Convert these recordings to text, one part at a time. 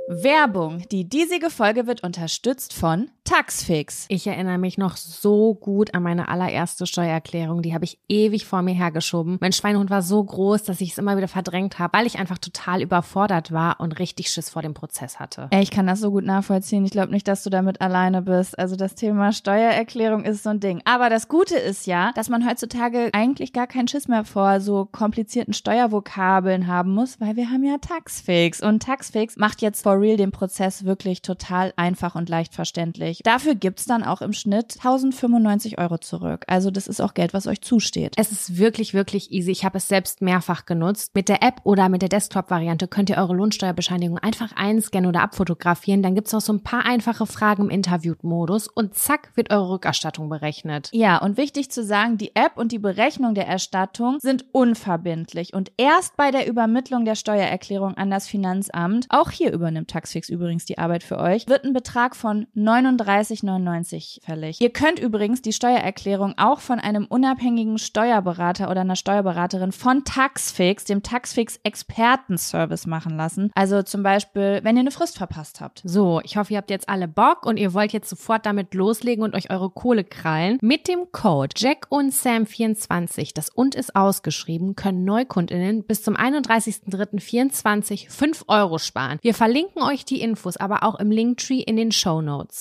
Werbung. Die diesige Folge wird unterstützt von Taxfix. Ich erinnere mich noch so gut an meine allererste Steuererklärung. Die habe ich ewig vor mir hergeschoben. Mein Schweinehund war so groß, dass ich es immer wieder verdrängt habe, weil ich einfach total überfordert war und richtig Schiss vor dem Prozess hatte. Ich kann das so gut nachvollziehen. Ich glaube nicht, dass du damit alleine bist. Also das Thema Steuererklärung ist so ein Ding. Aber das Gute ist ja, dass man heutzutage eigentlich gar keinen Schiss mehr vor so komplizierten Steuervokabeln haben muss, weil wir haben ja Taxfix. Und Taxfix macht jetzt for real den Prozess wirklich total einfach und leicht verständlich. Dafür gibt's dann auch im Schnitt 1.095 € zurück. Also das ist auch Geld, was euch zusteht. Es ist wirklich, wirklich easy. Ich habe es selbst mehrfach genutzt. Mit der App oder mit der Desktop-Variante könnt ihr eure Lohnsteuerbescheinigung einfach einscannen oder abfotografieren. Dann gibt's noch so ein paar einfache Fragen im Interview-Modus und zack, wird eure Rückerstattung berechnet. Ja, und wichtig zu sagen, die App und die Berechnung der Erstattung sind unverbindlich. Und erst bei der Übermittlung der Steuererklärung an das Finanzamt, auch hier übernimmt Taxfix übrigens die Arbeit für euch, wird ein Betrag von 39,99 € fällig. Ihr könnt übrigens die Steuererklärung auch von einem unabhängigen Steuerberater oder einer Steuerberaterin von Taxfix, dem Taxfix Expertenservice machen lassen. Also zum Beispiel, wenn ihr eine Frist verpasst habt. So, ich hoffe, ihr habt jetzt alle Bock und ihr wollt jetzt sofort damit loslegen und euch eure Kohle krallen. Mit dem Code Jack und Sam 24, das und ist ausgeschrieben, können NeukundInnen bis zum 31.03.24 5 € sparen. Wir verlinken euch die Infos aber auch im Linktree in den Shownotes.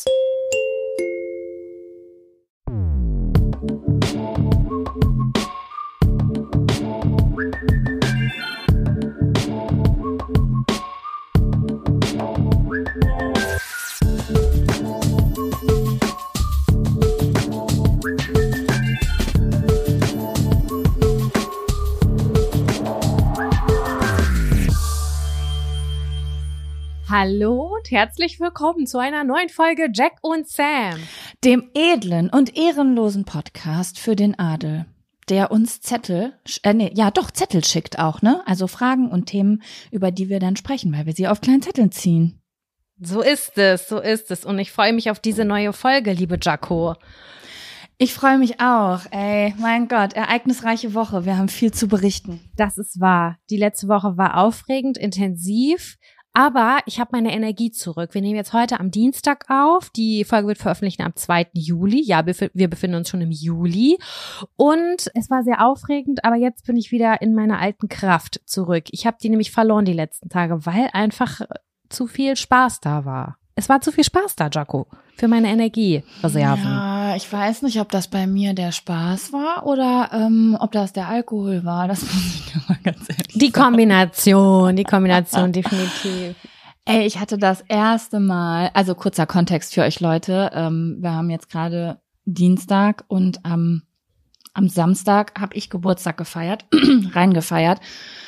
Hallo und herzlich willkommen zu einer neuen Folge Jack und Sam, dem edlen und ehrenlosen Podcast für den Adel, der uns Zettel schickt auch, ne? Also Fragen und Themen, über die wir dann sprechen, weil wir sie auf kleinen Zetteln ziehen. So ist es. Und ich freue mich auf diese neue Folge, liebe Jaco. Ich freue mich auch. Ey, mein Gott, ereignisreiche Woche. Wir haben viel zu berichten. Das ist wahr. Die letzte Woche war aufregend, intensiv. Aber ich habe meine Energie zurück. Wir nehmen jetzt heute am Dienstag auf. Die Folge wird veröffentlicht am 2. Juli. Ja, wir befinden uns schon im Juli. Und es war sehr aufregend, aber jetzt bin ich wieder in meiner alten Kraft zurück. Ich habe die nämlich verloren die letzten Tage, weil einfach zu viel Spaß da war. Es war zu viel Spaß da, Jaco, für meine Energiereserven. Ja, ich weiß nicht, ob das bei mir der Spaß war oder ob das der Alkohol war. Das muss ich dir mal ganz ehrlich sagen. Die Kombination, definitiv. Ey, ich hatte das erste Mal, also kurzer Kontext für euch Leute, wir haben jetzt gerade Dienstag und am Samstag habe ich Geburtstag reingefeiert.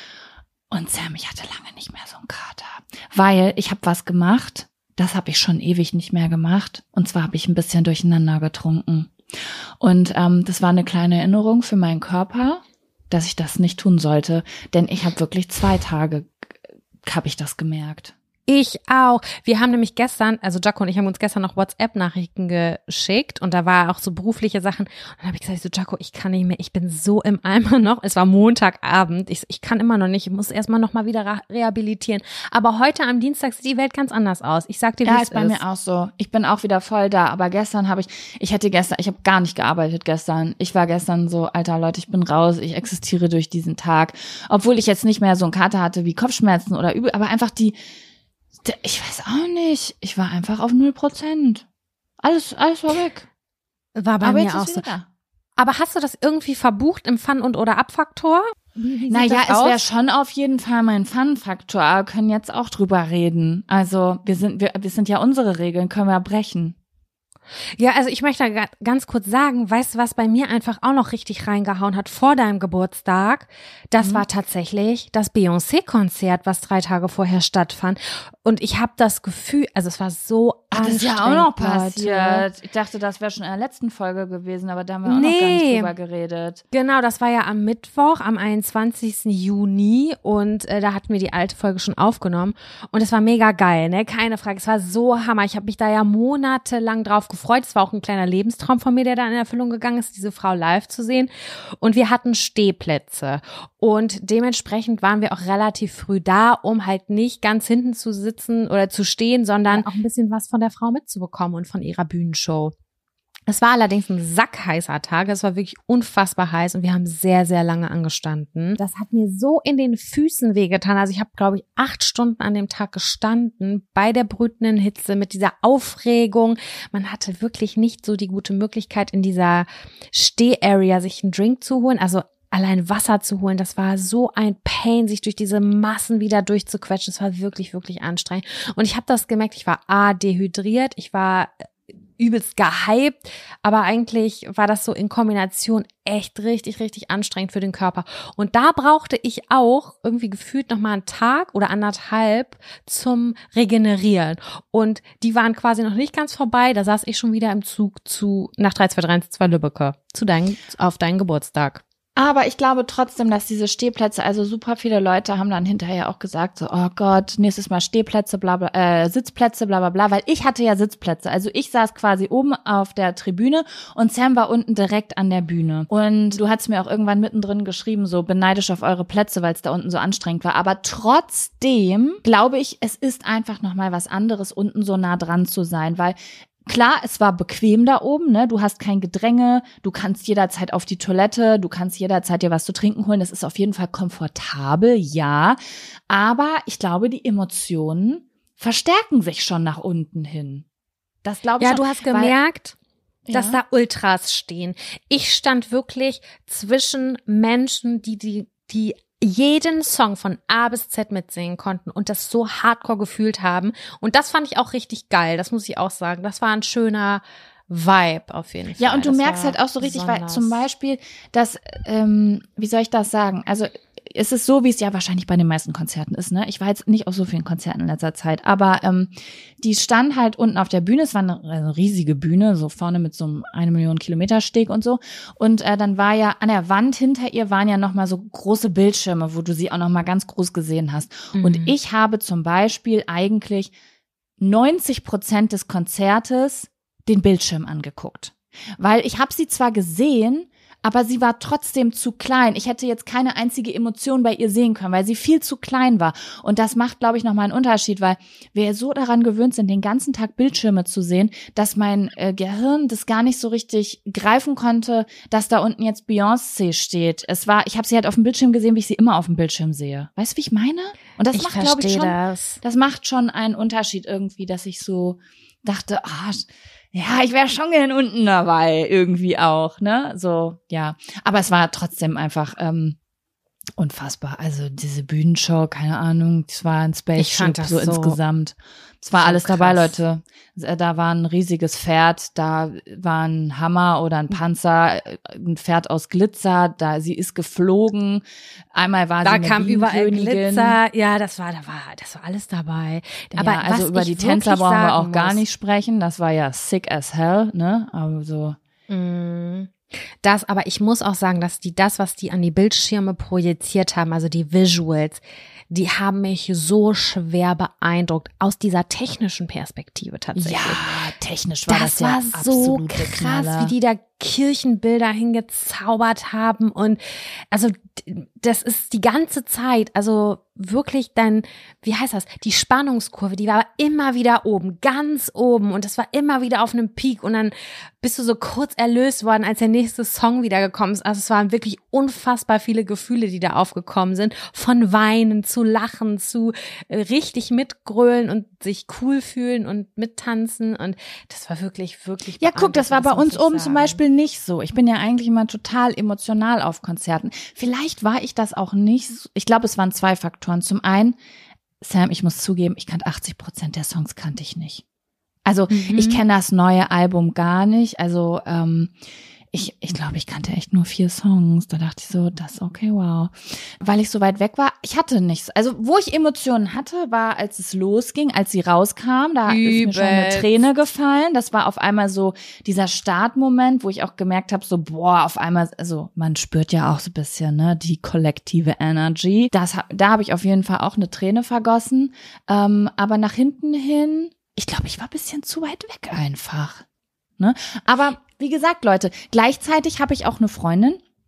Und Sam, ich hatte lange nicht mehr so einen Kater, weil ich habe was gemacht. Das habe ich schon ewig nicht mehr gemacht. Und zwar habe ich ein bisschen durcheinander getrunken. Und das war eine kleine Erinnerung für meinen Körper, dass ich das nicht tun sollte. Denn ich habe wirklich 2 Tage, habe ich das gemerkt. Ich auch. Wir haben nämlich gestern, also Jaco und ich haben uns gestern noch WhatsApp-Nachrichten geschickt und da war auch so berufliche Sachen. Und dann habe ich gesagt, so Jaco, ich kann nicht mehr, ich bin so im Eimer noch. Es war Montagabend, ich kann immer noch nicht, ich muss erstmal noch mal wieder rehabilitieren. Aber heute am Dienstag sieht die Welt ganz anders aus. Ich sag dir, wie es ist. Ja, ist bei mir auch so. Ich bin auch wieder voll da. Aber gestern habe ich habe gar nicht gearbeitet gestern. Ich war gestern so, alter Leute, ich bin raus, ich existiere durch diesen Tag. Obwohl ich jetzt nicht mehr so einen Kater hatte wie Kopfschmerzen oder übel, aber einfach ich weiß auch nicht. Ich war einfach auf 0%. Alles war weg. War bei mir auch so. Aber hast du das irgendwie verbucht im Fun- oder Abfaktor? Naja, es wäre schon auf jeden Fall mein Fun-Faktor. Wir können jetzt auch drüber reden. Also wir sind ja unsere Regeln, können wir brechen. Ja, also ich möchte ganz kurz sagen, weißt du, was bei mir einfach auch noch richtig reingehauen hat vor deinem Geburtstag? Das war tatsächlich das Beyoncé-Konzert, was 3 Tage vorher stattfand. Und ich habe das Gefühl, also es war so anstrengend. Das ist ja auch noch passiert. Ich dachte, das wäre schon in der letzten Folge gewesen, aber da haben wir auch noch gar nicht drüber geredet. Genau, das war ja am Mittwoch, am 21. Juni und da hatten wir die alte Folge schon aufgenommen und es war mega geil, ne? Keine Frage, es war so Hammer. Ich habe mich da ja monatelang drauf gefreut. Es war auch ein kleiner Lebenstraum von mir, der da in Erfüllung gegangen ist, diese Frau live zu sehen. Und wir hatten Stehplätze. Und dementsprechend waren wir auch relativ früh da, um halt nicht ganz hinten zu sitzen oder zu stehen, sondern auch ein bisschen was von der Frau mitzubekommen und von ihrer Bühnenshow. Es war allerdings ein sackheißer Tag, es war wirklich unfassbar heiß und wir haben sehr, sehr lange angestanden. Das hat mir so in den Füßen wehgetan. Also ich habe, glaube ich, 8 Stunden an dem Tag gestanden, bei der brütenden Hitze, mit dieser Aufregung. Man hatte wirklich nicht so die gute Möglichkeit, in dieser Steh-Area sich einen Drink zu holen, also allein Wasser zu holen. Das war so ein Pain, sich durch diese Massen wieder durchzuquetschen. Es war wirklich, wirklich anstrengend. Und ich habe das gemerkt, ich war dehydriert, ich war übelst gehypt, aber eigentlich war das so in Kombination echt richtig, richtig anstrengend für den Körper. Und da brauchte ich auch irgendwie gefühlt nochmal einen Tag oder 1,5 zum Regenerieren. Und die waren quasi noch nicht ganz vorbei, da saß ich schon wieder im Zug nach 3232 Lübbecke, auf deinen Geburtstag. Aber ich glaube trotzdem, dass diese Stehplätze, also super viele Leute haben dann hinterher auch gesagt, so, oh Gott, nächstes Mal Stehplätze, bla bla, Sitzplätze, bla bla bla, weil ich hatte ja Sitzplätze. Also ich saß quasi oben auf der Tribüne und Sam war unten direkt an der Bühne. Und du hast mir auch irgendwann mittendrin geschrieben, so beneidisch auf eure Plätze, weil es da unten so anstrengend war. Aber trotzdem glaube ich, es ist einfach nochmal was anderes, unten so nah dran zu sein, weil klar, es war bequem da oben, ne? Du hast kein Gedränge, du kannst jederzeit auf die Toilette, du kannst jederzeit dir was zu trinken holen. Das ist auf jeden Fall komfortabel, ja. Aber ich glaube, die Emotionen verstärken sich schon nach unten hin. Das glaube ich schon. Ja, du hast gemerkt, dass da Ultras stehen. Ich stand wirklich zwischen Menschen, die jeden Song von A bis Z mitsingen konnten und das so hardcore gefühlt haben. Und das fand ich auch richtig geil, das muss ich auch sagen. Das war ein schöner Vibe auf jeden Fall. Ja, und du merkst halt auch so richtig, weil zum Beispiel, dass, wie soll ich das sagen? Also es ist so, wie es ja wahrscheinlich bei den meisten Konzerten ist, ne? Ich war jetzt nicht auf so vielen Konzerten in letzter Zeit, aber die stand halt unten auf der Bühne, es war eine riesige Bühne, so vorne mit so einem 1 Million Kilometer Steg und so. Und dann war ja an der Wand hinter ihr waren ja nochmal so große Bildschirme, wo du sie auch nochmal ganz groß gesehen hast. Mhm. Und ich habe zum Beispiel eigentlich 90% des Konzertes den Bildschirm angeguckt. Weil ich habe sie zwar gesehen, aber sie war trotzdem zu klein. Ich hätte jetzt keine einzige Emotion bei ihr sehen können, weil sie viel zu klein war. Und das macht, glaube ich, nochmal einen Unterschied, weil wir so daran gewöhnt sind, den ganzen Tag Bildschirme zu sehen, dass mein Gehirn das gar nicht so richtig greifen konnte, dass da unten jetzt Beyoncé steht. Ich habe sie halt auf dem Bildschirm gesehen, wie ich sie immer auf dem Bildschirm sehe. Weißt du, wie ich meine? Und das macht, glaube ich, schon, das macht schon einen Unterschied irgendwie, dass ich so dachte, ja, ich wäre schon gern unten dabei, irgendwie auch, ne? So, ja. Aber es war trotzdem einfach unfassbar. Also diese Bühnenshow, keine Ahnung, das war ein Spaceship so insgesamt. Es war alles dabei, Leute. Da war ein riesiges Pferd, da war ein Hammer oder ein Panzer, ein Pferd aus Glitzer, sie ist geflogen. Einmal war sie eine Bienenкönigin. Da kam überall Glitzer. Ja, das war alles dabei. Aber ja, also über die Tänzer brauchen wir auch gar nicht sprechen. Das war ja sick as hell, ne? Also. Aber ich muss auch sagen, dass was die an die Bildschirme projiziert haben, also die Visuals, die haben mich so schwer beeindruckt, aus dieser technischen Perspektive tatsächlich. Ja, technisch war das ja absolute so krass, Knaller. Wie die da Kirchenbilder hingezaubert haben und also das ist die ganze Zeit, also wirklich die Spannungskurve, die war immer wieder oben, ganz oben und das war immer wieder auf einem Peak und dann bist du so kurz erlöst worden, als der nächste Song wieder gekommen ist. Also es waren wirklich unfassbar viele Gefühle, die da aufgekommen sind, von Weinen zu Lachen zu richtig mitgrölen und sich cool fühlen und mittanzen und das war wirklich, wirklich ja, guck, das war bei uns oben zum Beispiel nicht so. Ich bin ja eigentlich immer total emotional auf Konzerten. Vielleicht war ich das auch nicht. Ich glaube, es waren 2 Faktoren. Zum einen, Sam, ich muss zugeben, 80% der Songs kannte ich nicht. Also ich kenne das neue Album gar nicht. Also ich glaube, ich kannte echt nur 4 Songs. Da dachte ich so, das ist okay, wow. Weil ich so weit weg war, ich hatte nichts. Also wo ich Emotionen hatte, war, als es losging, als sie rauskam. Da ist mir schon eine Träne gefallen. Das war auf einmal so dieser Startmoment, wo ich auch gemerkt habe, so boah, auf einmal, also man spürt ja auch so ein bisschen, ne, die kollektive Energy. Da habe ich auf jeden Fall auch eine Träne vergossen. Aber nach hinten hin, ich glaube, ich war ein bisschen zu weit weg einfach. Ne? Aber wie gesagt, Leute, gleichzeitig habe ich auch eine Freundin,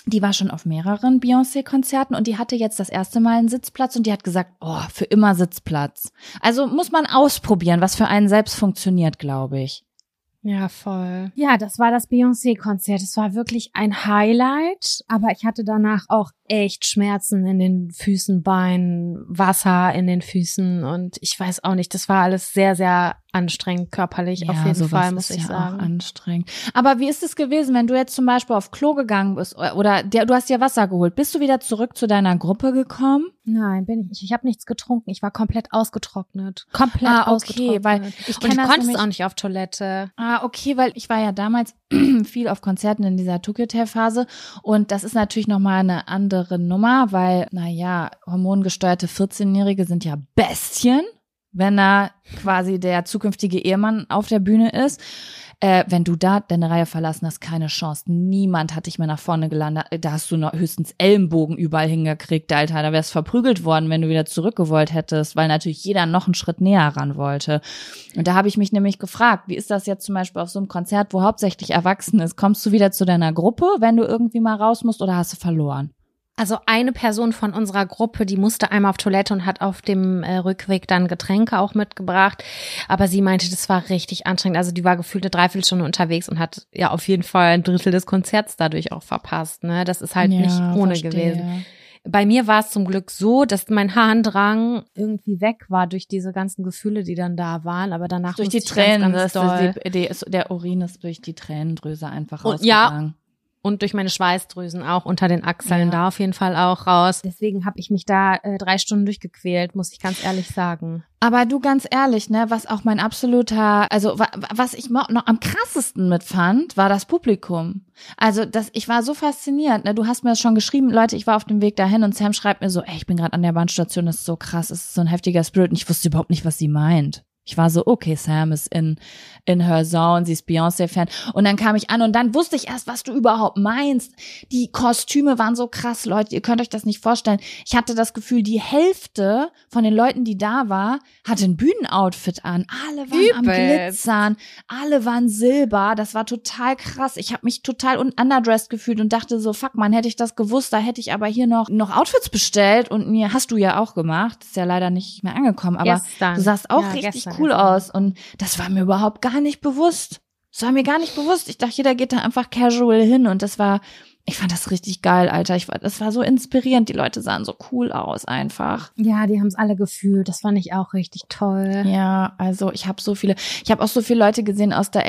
die war schon auf mehreren Beyoncé-Konzerten und die hatte jetzt das erste Mal einen Sitzplatz und die hat gesagt, oh, für immer Sitzplatz. Also muss man ausprobieren, was für einen selbst funktioniert, glaube ich. Ja, voll. Ja, das war das Beyoncé-Konzert. Es war wirklich ein Highlight, aber ich hatte danach auch echt Schmerzen in den Füßen, Beinen, Wasser in den Füßen und ich weiß auch nicht, das war alles sehr, sehr anstrengend körperlich, Ja, auf jeden Fall, muss ist ich ja sagen. Auch anstrengend. Aber wie ist es gewesen, wenn du jetzt zum Beispiel auf Klo gegangen bist oder du hast dir Wasser geholt, bist du wieder zurück zu deiner Gruppe gekommen? Nein, bin ich nicht. Ich habe nichts getrunken. Ich war komplett ausgetrocknet. Komplett ausgetrocknet. Weil ich konnte auch nicht auf Toilette. Okay, weil ich war ja damals viel auf Konzerten in dieser Tokyo Hotel Phase und das ist natürlich nochmal eine andere Nummer, weil, hormongesteuerte 14-Jährige sind ja Bestien, wenn da quasi der zukünftige Ehemann auf der Bühne ist. Wenn du da deine Reihe verlassen hast, keine Chance. Niemand hat dich mehr nach vorne gelandet. Da hast du noch höchstens Ellenbogen überall hingekriegt, Alter. Da wärst verprügelt worden, wenn du wieder zurückgewollt hättest, weil natürlich jeder noch einen Schritt näher ran wollte. Und da habe ich mich nämlich gefragt, wie ist das jetzt zum Beispiel auf so einem Konzert, wo hauptsächlich Erwachsene ist? Kommst du wieder zu deiner Gruppe, wenn du irgendwie mal raus musst, oder hast du verloren? Also eine Person von unserer Gruppe, die musste einmal auf Toilette und hat auf dem Rückweg dann Getränke auch mitgebracht. Aber sie meinte, das war richtig anstrengend. Also die war gefühlt eine Dreiviertelstunde unterwegs und hat ja auf jeden Fall ein Drittel des Konzerts dadurch auch verpasst. Ne? Das ist halt nicht ohne gewesen. Bei mir war es zum Glück so, dass mein Harndrang irgendwie weg war durch diese ganzen Gefühle, die dann da waren. Aber danach durch die Tränen, ganz doll. Der Urin ist durch die Tränendrüse einfach rausgegangen. Ja. Und durch meine Schweißdrüsen auch unter den Achseln da auf jeden Fall auch raus. Deswegen habe ich mich da 3 Stunden durchgequält, muss ich ganz ehrlich sagen. Aber du, ganz ehrlich, ne, was auch mein absoluter, also was ich noch am krassesten mitfand, war das Publikum. Also ich war so fasziniert, ne, du hast mir das schon geschrieben, Leute, ich war auf dem Weg dahin und Sam schreibt mir so, ey, ich bin gerade an der Bahnstation, das ist so krass, das ist so ein heftiger Spirit und ich wusste überhaupt nicht, was sie meint. Ich war so, okay, Sam ist in her zone, sie ist Beyoncé-Fan. Und dann kam ich an und dann wusste ich erst, was du überhaupt meinst. Die Kostüme waren so krass, Leute, ihr könnt euch das nicht vorstellen. Ich hatte das Gefühl, die Hälfte von den Leuten, die da war, hatte ein Bühnenoutfit an. Alle waren am Glitzern, alle waren silber. Das war total krass. Ich habe mich total underdressed gefühlt und dachte so, fuck man, hätte ich das gewusst, da hätte ich aber hier noch Outfits bestellt und mir, hast du ja auch gemacht, ist ja leider nicht mehr angekommen, aber du sahst auch richtig cool aus und das war mir überhaupt gar nicht bewusst. Das war mir gar nicht bewusst. Ich dachte, jeder geht da einfach casual hin und ich fand das richtig geil, Alter. Das war so inspirierend. Die Leute sahen so cool aus einfach. Ja, die haben es alle gefühlt. Das fand ich auch richtig toll. Ja, also ich habe auch so viele Leute gesehen aus der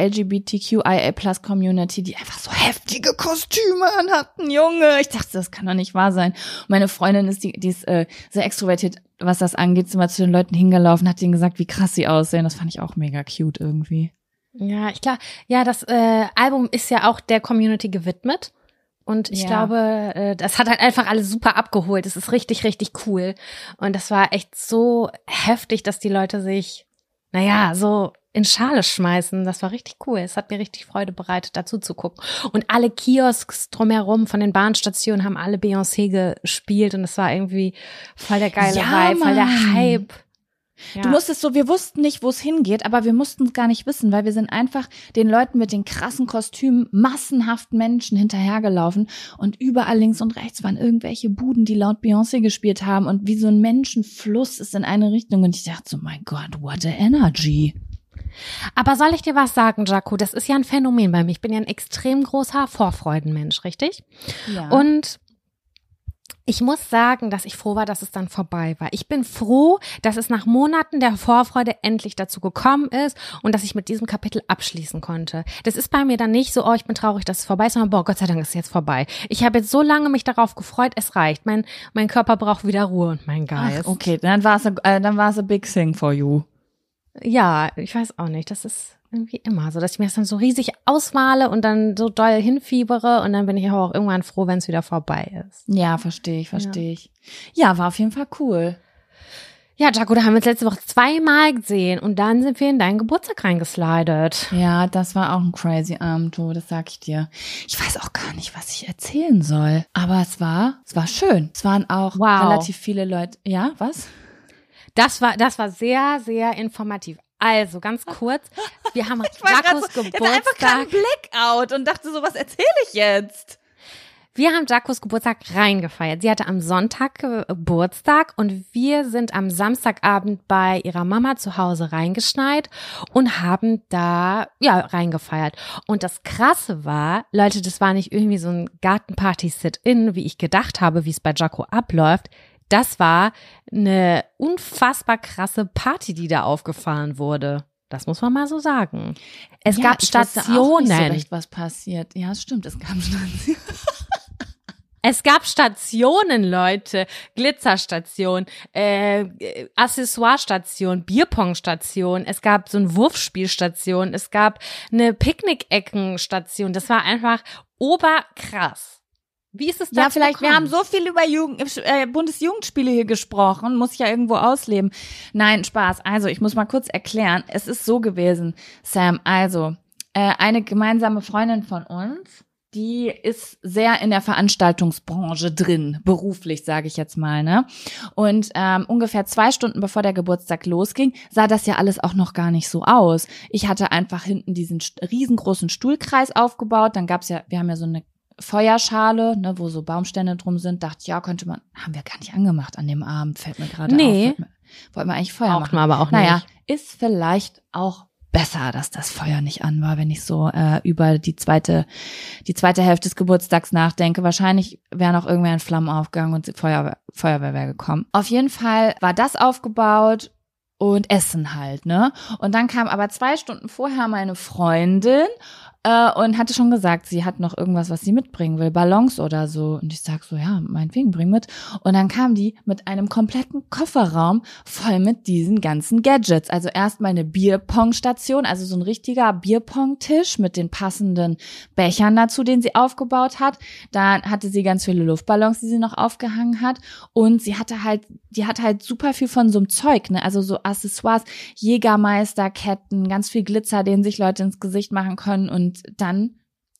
LGBTQIA+-Community, die einfach so heftige Kostüme anhatten, Junge. Ich dachte, das kann doch nicht wahr sein. Und meine Freundin die ist sehr extrovertiert, was das angeht, sind wir zu den Leuten hingelaufen, hat denen gesagt, wie krass sie aussehen. Das fand ich auch mega cute irgendwie. Ja, das Album ist ja auch der Community gewidmet. Und ich glaube, das hat halt einfach alles super abgeholt. Es ist richtig, richtig cool. Und das war echt so heftig, dass die Leute sich, so in Schale schmeißen. Das war richtig cool. Es hat mir richtig Freude bereitet, dazu zu gucken. Und alle Kiosks drumherum von den Bahnstationen haben alle Beyoncé gespielt. Und es war irgendwie voll der geile Vibe, voll der Hype. Ja. Du musstest wir wussten nicht, wo es hingeht, aber wir mussten es gar nicht wissen, weil wir sind einfach den Leuten mit den krassen Kostümen, massenhaft Menschen hinterhergelaufen und überall links und rechts waren irgendwelche Buden, die laut Beyoncé gespielt haben und wie so ein Menschenfluss ist in eine Richtung und ich dachte so, mein Gott, what a energy. Aber soll ich dir was sagen, Jaco? Das ist ja ein Phänomen bei mir. Ich bin ja ein extrem großer Vorfreudenmensch, richtig? Ja. Und ich muss sagen, dass ich froh war, dass es dann vorbei war. Ich bin froh, dass es nach Monaten der Vorfreude endlich dazu gekommen ist und dass ich mit diesem Kapitel abschließen konnte. Das ist bei mir dann nicht so, ich bin traurig, dass es vorbei ist, sondern Gott sei Dank ist es jetzt vorbei. Ich habe jetzt so lange mich darauf gefreut, es reicht. Mein Körper braucht wieder Ruhe und mein Geist. Ach, okay, dann war es a big thing for you. Ja, ich weiß auch nicht, das ist irgendwie immer so, dass ich mir das dann so riesig ausmale und dann so doll hinfiebere und dann bin ich auch irgendwann froh, wenn es wieder vorbei ist. Ja, verstehe ich. Ja, war auf jeden Fall cool. Ja, Jaco, da haben wir uns letzte Woche 2-mal gesehen und dann sind wir in deinen Geburtstag reingeslidet. Ja, das war auch ein crazy Abend, das sag ich dir. Ich weiß auch gar nicht, was ich erzählen soll, aber es war schön. Es waren auch relativ viele Leute. Ja, was? Das war sehr, sehr informativ. Also, ganz kurz, wir haben Jacos Geburtstag. Ich hatte einfach keinen Blackout und dachte so, was erzähle ich jetzt? Wir haben Jacos Geburtstag reingefeiert. Sie hatte am Sonntag Geburtstag und wir sind am Samstagabend bei ihrer Mama zu Hause reingeschneit und haben da, reingefeiert. Und das Krasse war, Leute, das war nicht irgendwie so ein Gartenparty-Sit-In, wie ich gedacht habe, wie es bei Jaco abläuft. Das war eine unfassbar krasse Party, die da aufgefahren wurde. Das muss man mal so sagen. Es gab Stationen. Ich wusste auch nicht so recht, was passiert. Ja, es stimmt, es gab Stationen. Es gab Stationen, Leute, Glitzerstation, Accessoirestation, Bierpongstation, es gab so eine Wurfspielstation, es gab eine Picknickeckenstation. Das war einfach oberkrass. Wie ist es dazu Ja, vielleicht, gekommen? wir haben so viel über Bundesjugendspiele hier gesprochen, muss ich ja irgendwo ausleben. Nein, Spaß. Also, ich muss mal kurz erklären. Es ist so gewesen, Sam, also, eine gemeinsame Freundin von uns, die ist sehr in der Veranstaltungsbranche drin, beruflich, sage ich jetzt mal, ne? Und ungefähr 2 Stunden bevor der Geburtstag losging, sah das ja alles auch noch gar nicht so aus. Ich hatte einfach hinten diesen riesengroßen Stuhlkreis aufgebaut, dann gab's ja, wir haben ja so eine Feuerschale, ne, wo so Baumstämme drum sind, dachte, ja, könnte man, haben wir gar nicht angemacht an dem Abend, fällt mir gerade auf. Wollten wir eigentlich Feuer machen. Aber auch naja, nicht. Ist vielleicht auch besser, dass das Feuer nicht an war, wenn ich so über die zweite Hälfte des Geburtstags nachdenke. Wahrscheinlich wäre noch irgendwer in Flammen aufgegangen und die Feuerwehr wäre gekommen. Auf jeden Fall war das aufgebaut und Essen halt, ne? Und dann kam aber 2 Stunden vorher meine Freundin und hatte schon gesagt, sie hat noch irgendwas, was sie mitbringen will, Ballons oder so. Und ich sag so, ja, meinetwegen, bring mit. Und dann kam die mit einem kompletten Kofferraum voll mit diesen ganzen Gadgets. Also erstmal eine Bierpong-Station, also so ein richtiger Bierpong-Tisch mit den passenden Bechern dazu, den sie aufgebaut hat. Dann hatte sie ganz viele Luftballons, die sie noch aufgehangen hat. Und die hatte halt super viel von so einem Zeug, ne? Also so Accessoires, Jägermeisterketten, ganz viel Glitzer, den sich Leute ins Gesicht machen können. Und dann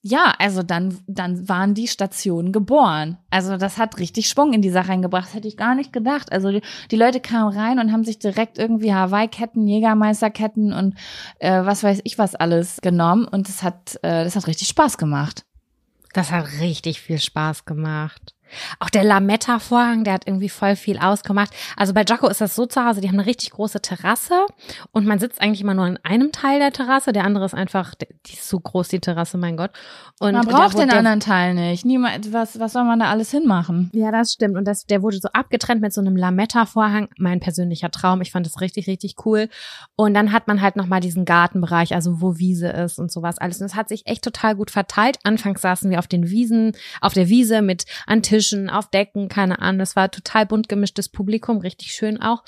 waren die Stationen geboren. Also das hat richtig Schwung in die Sache reingebracht. Das hätte ich gar nicht gedacht. Also die Leute kamen rein und haben sich direkt irgendwie Hawaii-Ketten, Jägermeisterketten und was weiß ich was alles genommen. Und das hat richtig Spaß gemacht. Das hat richtig viel Spaß gemacht. Auch der Lametta-Vorhang, der hat irgendwie voll viel ausgemacht. Also bei Jaco ist das so zu Hause, die haben eine richtig große Terrasse und man sitzt eigentlich immer nur in einem Teil der Terrasse, der andere ist einfach, die ist so groß, die Terrasse, mein Gott. Und man braucht den anderen Teil nicht. Niemand, was soll man da alles hinmachen? Ja, das stimmt. Und der wurde so abgetrennt mit so einem Lametta-Vorhang, mein persönlicher Traum. Ich fand das richtig, richtig cool. Und dann hat man halt nochmal diesen Gartenbereich, also wo Wiese ist und sowas alles. Und es hat sich echt total gut verteilt. Anfangs saßen wir auf der Wiese mit an Tischen, auf Decken, keine Ahnung. Das war total bunt gemischtes Publikum, richtig schön auch.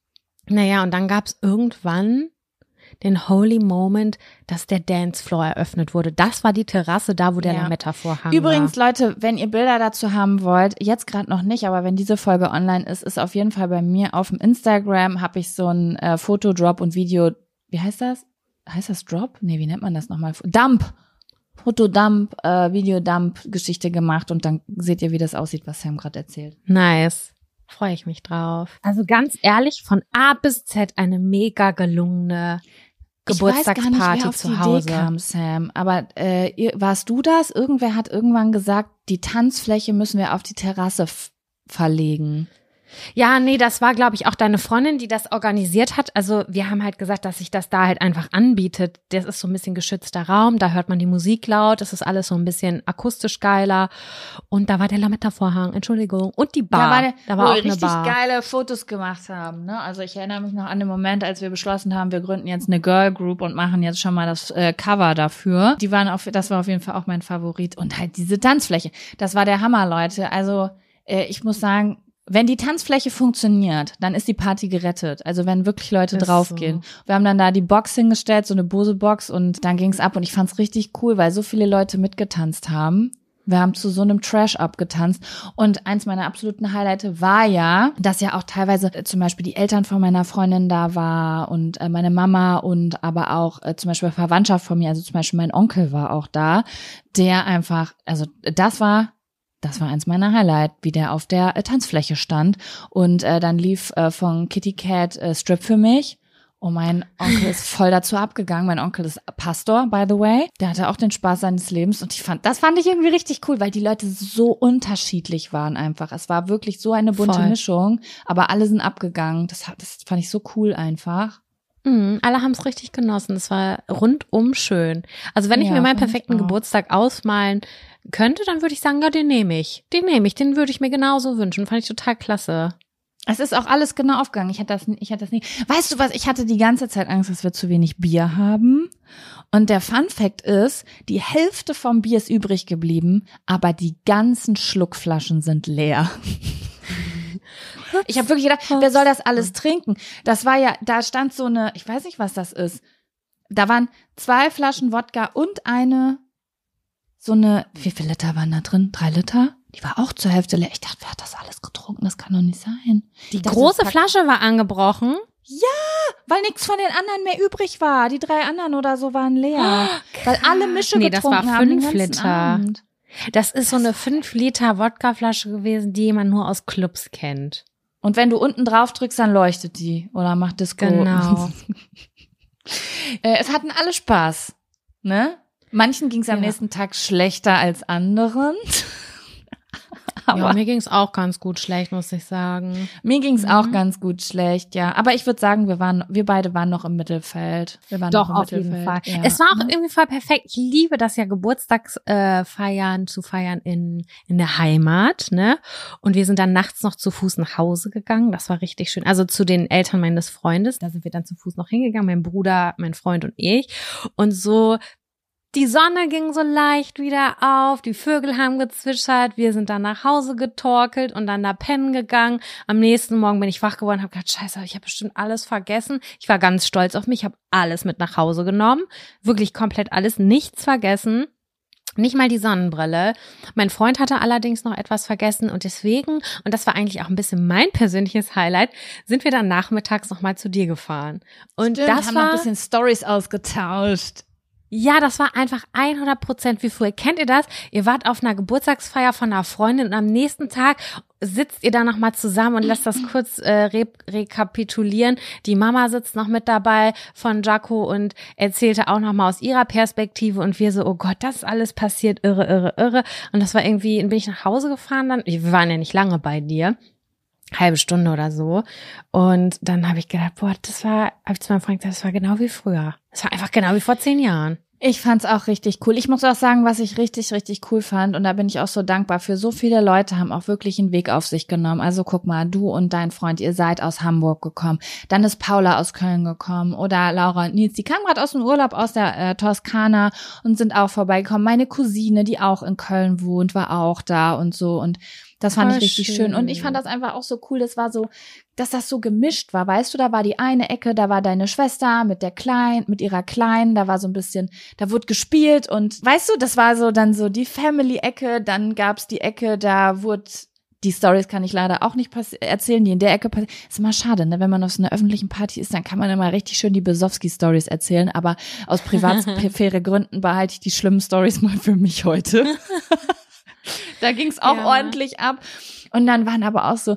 Naja, und dann gab es irgendwann den Holy Moment, dass der Dancefloor eröffnet wurde. Das war die Terrasse, da wo der Lametta-Vorhang Übrigens, war. Leute, wenn ihr Bilder dazu haben wollt, jetzt gerade noch nicht, aber wenn diese Folge online ist auf jeden Fall bei mir auf dem Instagram, habe ich so ein Fotodrop und Video, wie heißt das? Heißt das Drop? Nee, wie nennt man das nochmal? Dump. Fotodump, Videodump-Geschichte gemacht und dann seht ihr, wie das aussieht, was Sam gerade erzählt. Nice. Freue ich mich drauf. Also ganz ehrlich, von A bis Z eine mega gelungene Geburtstagsparty ich weiß gar nicht, wer auf zu die Hause. Idee kam, Sam, aber warst du das? Irgendwer hat irgendwann gesagt, die Tanzfläche müssen wir auf die Terrasse verlegen. Ja, nee, das war, glaube ich, auch deine Freundin, die das organisiert hat. Also wir haben halt gesagt, dass sich das da halt einfach anbietet. Das ist so ein bisschen geschützter Raum, da hört man die Musik laut, das ist alles so ein bisschen akustisch geiler. Und da war der Lametta-Vorhang, Entschuldigung. Und die Bar, da war auch eine richtig Bar. Geile Fotos gemacht haben. Ne? Also ich erinnere mich noch an den Moment, als wir beschlossen haben, wir gründen jetzt eine Girl Group und machen jetzt schon mal das Cover dafür. Das war auf jeden Fall auch mein Favorit. Und halt diese Tanzfläche, das war der Hammer, Leute. Also ich muss sagen, wenn die Tanzfläche funktioniert, dann ist die Party gerettet. Also wenn wirklich Leute draufgehen. So. Wir haben dann da die Box hingestellt, so eine Bose-Box und dann ging's ab und ich fand's richtig cool, weil so viele Leute mitgetanzt haben. Wir haben zu so einem Trash abgetanzt und eins meiner absoluten Highlights war ja, dass ja auch teilweise zum Beispiel die Eltern von meiner Freundin da war und meine Mama und aber auch zum Beispiel Verwandtschaft von mir, also zum Beispiel mein Onkel war auch da, der einfach, also das war eins meiner Highlights, wie der auf der Tanzfläche stand und dann lief von Kitty Cat Strip für mich Oh, mein Onkel ist voll dazu abgegangen. Mein Onkel ist Pastor, by the way. Der hatte auch den Spaß seines Lebens und das fand ich irgendwie richtig cool, weil die Leute so unterschiedlich waren einfach. Es war wirklich so eine bunte Mischung, aber alle sind abgegangen. Das fand ich so cool einfach. Alle haben es richtig genossen. Es war rundum schön. Also wenn ich mir meinen perfekten Geburtstag ausmalen könnte, dann würde ich sagen, ja, den nehme ich. Den würde ich mir genauso wünschen. Fand ich total klasse. Es ist auch alles genau aufgegangen. Ich hatte das nie. Weißt du was? Ich hatte die ganze Zeit Angst, dass wir zu wenig Bier haben. Und der Fun Fact ist, die Hälfte vom Bier ist übrig geblieben, aber die ganzen Schluckflaschen sind leer. Ich habe wirklich gedacht, wer soll das alles trinken? Das war ja, da stand so eine, ich weiß nicht, was das ist. Da waren 2 Flaschen Wodka und wie viel Liter waren da drin? 3 Liter? Die war auch zur Hälfte leer. Ich dachte, wer hat das alles getrunken? Das kann doch nicht sein. Die große Flasche war angebrochen. Ja, weil nichts von den anderen mehr übrig war. Die 3 anderen oder so waren leer. Weil alle Mische getrunken haben. Das war 5 Liter. Abend. Das ist so eine 5 Liter Wodkaflasche gewesen, die man nur aus Clubs kennt. Und wenn du unten drauf drückst, dann leuchtet die oder macht Disco. Genau. Es hatten alle Spaß, ne? Manchen ging es am nächsten Tag schlechter als anderen. Aber mir ging es auch ganz gut schlecht, muss ich sagen. Mir ging es auch ganz gut schlecht, ja. Aber ich würde sagen, wir beide waren noch im Mittelfeld. Wir waren Doch, noch im auf Mittelfeld. jeden Fall. Ja. Es war auch irgendwie voll perfekt. Ich liebe das ja, Geburtstagsfeiern zu feiern in der Heimat, ne? Und wir sind dann nachts noch zu Fuß nach Hause gegangen. Das war richtig schön. Also zu den Eltern meines Freundes. Da sind wir dann zu Fuß noch hingegangen. Mein Bruder, mein Freund und ich. Und so, die Sonne ging so leicht wieder auf, die Vögel haben gezwitschert, wir sind dann nach Hause getorkelt und dann da pennen gegangen. Am nächsten Morgen bin ich wach geworden und habe gedacht, scheiße, ich habe bestimmt alles vergessen. Ich war ganz stolz auf mich, ich habe alles mit nach Hause genommen, wirklich komplett alles, nichts vergessen. Nicht mal die Sonnenbrille. Mein Freund hatte allerdings noch etwas vergessen und deswegen, und das war eigentlich auch ein bisschen mein persönliches Highlight, sind wir dann nachmittags nochmal zu dir gefahren. Und Stimmt, das haben war noch ein bisschen Stories ausgetauscht. Ja, das war einfach 100% wie früher. Kennt ihr das? Ihr wart auf einer Geburtstagsfeier von einer Freundin und am nächsten Tag sitzt ihr da nochmal zusammen und lasst das kurz rekapitulieren. Die Mama sitzt noch mit dabei von Jaco und erzählte auch nochmal aus ihrer Perspektive und wir so, oh Gott, das ist alles passiert, irre. Und das war irgendwie, bin ich nach Hause gefahren dann. Wir waren ja nicht lange bei dir. Halbe Stunde oder so. Und dann habe ich gedacht, boah, habe ich zu meinem Freund gesagt, das war genau wie früher. Das war einfach genau wie vor 10 Jahren. Ich fand's auch richtig cool. Ich muss auch sagen, was ich richtig, richtig cool fand, und da bin ich auch so dankbar für, so viele Leute haben auch wirklich einen Weg auf sich genommen. Also guck mal, du und dein Freund, ihr seid aus Hamburg gekommen. Dann ist Paula aus Köln gekommen oder Laura und Nils, die kamen gerade aus dem Urlaub aus der Toskana und sind auch vorbeigekommen. Meine Cousine, die auch in Köln wohnt, war auch da und so, und das fand ich richtig schön. Und ich fand das einfach auch so cool. Das war so, dass das so gemischt war. Weißt du, da war die eine Ecke, da war deine Schwester mit ihrer Kleinen, da war so ein bisschen, da wurde gespielt und weißt du, das war so dann so die Family-Ecke. Dann gab's die Ecke, da wurde, die Stories kann ich leider auch nicht erzählen, die in der Ecke passieren. Ist immer schade, ne? Wenn man auf so einer öffentlichen Party ist, dann kann man immer richtig schön die Besowski-Stories erzählen, aber aus Privatsphäre-Gründen behalte ich die schlimmen Stories mal für mich heute. Da ging's auch ordentlich ab. Und dann waren aber auch so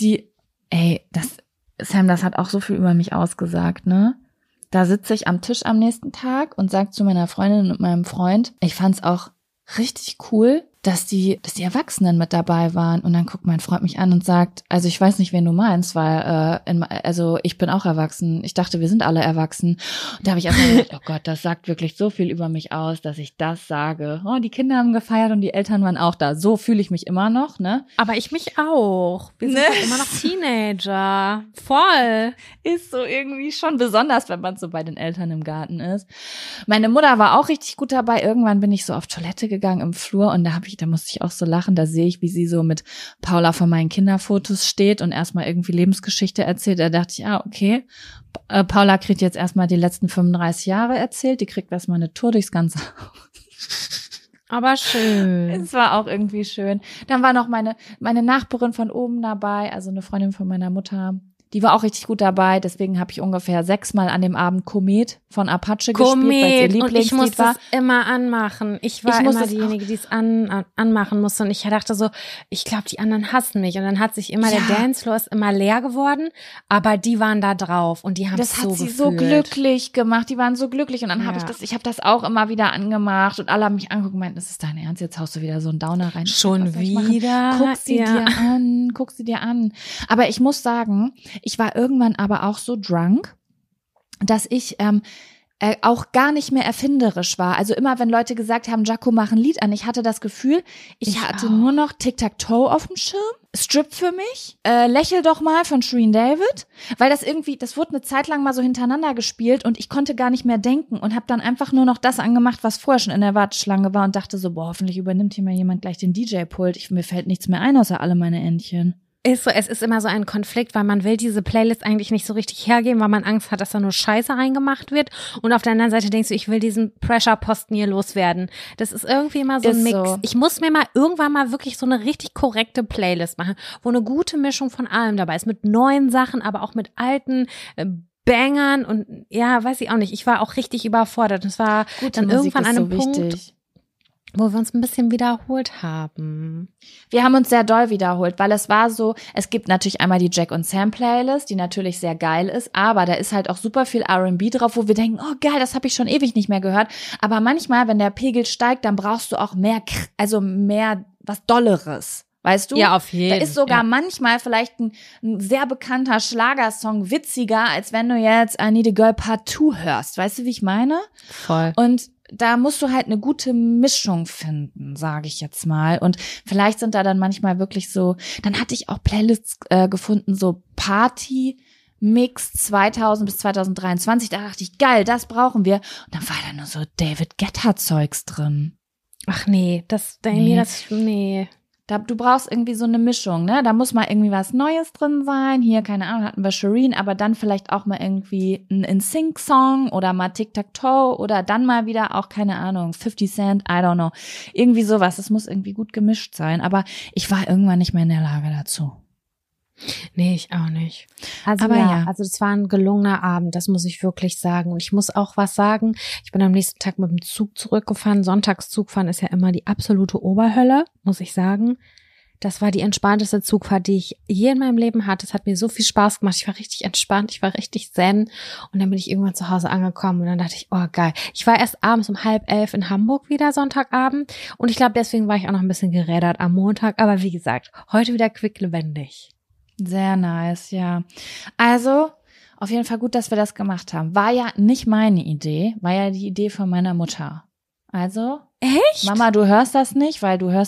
Sam, das hat auch so viel über mich ausgesagt, ne? Da sitze ich am Tisch am nächsten Tag und sag zu meiner Freundin und meinem Freund, ich fand's auch richtig cool, dass die Erwachsenen mit dabei waren. Und dann guckt mein Freund mich an und sagt, also ich weiß nicht, wen du meinst, weil also ich bin auch erwachsen. Ich dachte, wir sind alle erwachsen. Und da habe ich erstmal gedacht, oh Gott, das sagt wirklich so viel über mich aus, dass ich das sage. Oh, die Kinder haben gefeiert und die Eltern waren auch da. So fühle ich mich immer noch, ne? Aber ich mich auch. Wir sind halt immer noch Teenager. Voll. Ist so irgendwie schon besonders, wenn man so bei den Eltern im Garten ist. Meine Mutter war auch richtig gut dabei. Irgendwann bin ich so auf Toilette gegangen im Flur und da musste ich auch so lachen. Da sehe ich, wie sie so mit Paula von meinen Kinderfotos steht und erstmal irgendwie Lebensgeschichte erzählt. Da dachte ich, okay, Paula kriegt jetzt erstmal die letzten 35 Jahre erzählt. Die kriegt erstmal eine Tour durchs ganze Haus. Aber schön. Es war auch irgendwie schön. Dann war noch meine Nachbarin von oben dabei, also eine Freundin von meiner Mutter. Die war auch richtig gut dabei, deswegen habe ich ungefähr 6-mal an dem Abend Komet von Apache gespielt, weil es ihr Lieblingslied und ich musste war. es immer anmachen. Ich war immer diejenige, die es anmachen musste und ich dachte so, ich glaube, die anderen hassen mich und dann hat sich immer, der Dancefloor ist immer leer geworden, aber die waren da drauf und die haben es so gefühlt. Das hat sie so glücklich gemacht, die waren so glücklich und dann habe ich habe das auch immer wieder angemacht und alle haben mich angeguckt und meinten, das ist dein Ernst, jetzt haust du wieder so einen Downer rein. Schon wieder? Guck sie dir an. Aber ich muss sagen, ich war irgendwann aber auch so drunk, dass ich auch gar nicht mehr erfinderisch war. Also immer, wenn Leute gesagt haben, Jaco, mach ein Lied an, ich hatte das Gefühl, ich hatte nur noch Tic-Tac-Toe auf dem Schirm, Strip für mich, Lächel doch mal von Shereen David, weil das wurde eine Zeit lang mal so hintereinander gespielt und ich konnte gar nicht mehr denken und habe dann einfach nur noch das angemacht, was vorher schon in der Warteschlange war und dachte so, boah, hoffentlich übernimmt hier mal jemand gleich den DJ-Pult. Mir fällt nichts mehr ein, außer alle meine Entchen. Ist so, es ist immer so ein Konflikt, weil man will diese Playlist eigentlich nicht so richtig hergeben, weil man Angst hat, dass da nur Scheiße reingemacht wird. Und auf der anderen Seite denkst du, ich will diesen Pressure-Posten hier loswerden. Das ist irgendwie immer so ein Mix. So. Ich muss mir mal irgendwann mal wirklich so eine richtig korrekte Playlist machen, wo eine gute Mischung von allem dabei ist. Mit neuen Sachen, aber auch mit alten Bangern und ja, weiß ich auch nicht. Ich war auch richtig überfordert. Es war gute dann Musik irgendwann an einem so Punkt, wichtig, wo wir uns ein bisschen wiederholt haben. Wir haben uns sehr doll wiederholt, weil es war so, es gibt natürlich einmal die Jack und Sam Playlist, die natürlich sehr geil ist, aber da ist halt auch super viel R&B drauf, wo wir denken, oh geil, das habe ich schon ewig nicht mehr gehört. Aber manchmal, wenn der Pegel steigt, dann brauchst du auch mehr was Dolleres. Weißt du? Ja, auf jeden Fall. Da ist sogar manchmal vielleicht ein sehr bekannter Schlagersong witziger, als wenn du jetzt I Need a Girl Part 2 hörst. Weißt du, wie ich meine? Voll. Und da musst du halt eine gute Mischung finden, sage ich jetzt mal. Und vielleicht sind da dann manchmal wirklich so, dann hatte ich auch Playlists gefunden, so Party-Mix 2000 bis 2023. Da dachte ich, geil, das brauchen wir. Und dann war da nur so David Guetta-Zeugs drin. Ach nee, nee. Du brauchst irgendwie so eine Mischung, ne? Da muss mal irgendwie was Neues drin sein. Hier, keine Ahnung, hatten wir Shereen, aber dann vielleicht auch mal irgendwie ein In-Sync-Song oder mal Tic-Tac-Toe oder dann mal wieder auch, keine Ahnung, 50 Cent, I don't know. Irgendwie sowas. Es muss irgendwie gut gemischt sein. Aber ich war irgendwann nicht mehr in der Lage dazu. Nee, ich auch nicht. Also das war ein gelungener Abend, das muss ich wirklich sagen. Und ich muss auch was sagen, ich bin am nächsten Tag mit dem Zug zurückgefahren. Sonntagszugfahren ist ja immer die absolute Oberhölle, muss ich sagen. Das war die entspannteste Zugfahrt, die ich je in meinem Leben hatte. Es hat mir so viel Spaß gemacht. Ich war richtig entspannt, ich war richtig zen. Und dann bin ich irgendwann zu Hause angekommen und dann dachte ich, oh geil. Ich war erst abends um 10:30 in Hamburg wieder, Sonntagabend. Und ich glaube, deswegen war ich auch noch ein bisschen gerädert am Montag. Aber wie gesagt, heute wieder quicklebendig. Sehr nice, ja. Also, auf jeden Fall gut, dass wir das gemacht haben. War ja nicht meine Idee, war ja die Idee von meiner Mutter. Also, echt? Mama, du hörst das nicht, weil du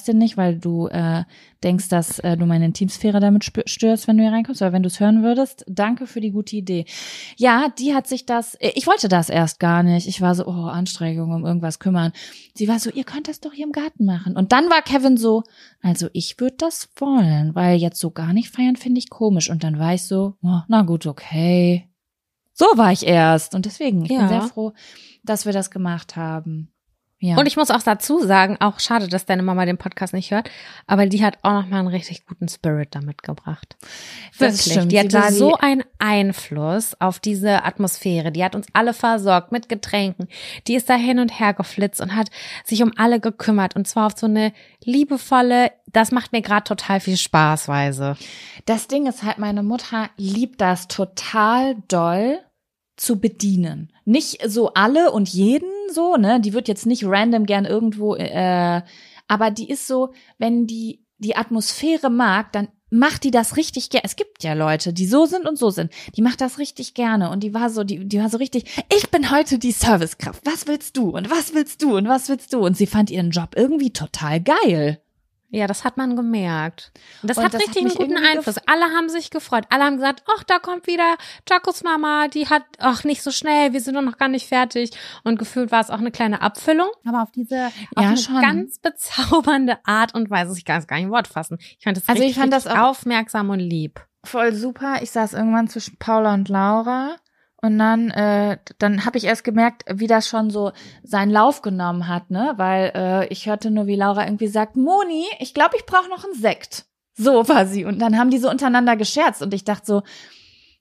denkst, dass du meine Intimsphäre damit störst, wenn du hier reinkommst, oder wenn du es hören würdest. Danke für die gute Idee. Ja, die hat sich ich wollte das erst gar nicht. Ich war so, oh, Anstrengung, um irgendwas kümmern. Sie war so, ihr könnt das doch hier im Garten machen. Und dann war Kevin so, also ich würde das wollen, weil jetzt so gar nicht feiern finde ich komisch. Und dann war ich so, oh, na gut, okay. So war ich erst. Und deswegen, ich bin sehr froh, dass wir das gemacht haben. Ja. Und ich muss auch dazu sagen, auch schade, dass deine Mama den Podcast nicht hört, aber die hat auch noch mal einen richtig guten Spirit damit gebracht. Wirklich. Stimmt. Die hatte so einen Einfluss auf diese Atmosphäre. Die hat uns alle versorgt mit Getränken. Die ist da hin und her geflitzt und hat sich um alle gekümmert. Und zwar auf so eine liebevolle, das macht mir gerade total viel Spaß, Weise. Das Ding ist halt, meine Mutter liebt das total doll zu bedienen. Nicht so alle und jeden so, ne? Die wird jetzt nicht random gern irgendwo, aber die ist so, wenn die Atmosphäre mag, dann macht die das richtig gerne. Es gibt ja Leute, die so sind und so sind. Die macht das richtig gerne und die war so richtig, ich bin heute die Servicekraft. Was willst du? Und was willst du? Und was willst du? Und sie fand ihren Job irgendwie total geil. Ja, das hat man gemerkt. Und das hat richtig einen guten Einfluss. Alle haben sich gefreut. Alle haben gesagt, ach, da kommt wieder Jacos Mama, die hat, ach, nicht so schnell, wir sind doch noch gar nicht fertig. Und gefühlt war es auch eine kleine Abfüllung. Aber auf eine ganz bezaubernde Art und Weise, ich kann es gar nicht in Wort fassen. Ich fand das richtig aufmerksam und lieb. Voll super. Ich saß irgendwann zwischen Paula und Laura. Und dann habe ich erst gemerkt, wie das schon so seinen Lauf genommen hat, ne? Weil ich hörte nur, wie Laura irgendwie sagt, Moni, ich glaube, ich brauche noch einen Sekt. So war sie. Und dann haben die so untereinander gescherzt und ich dachte so,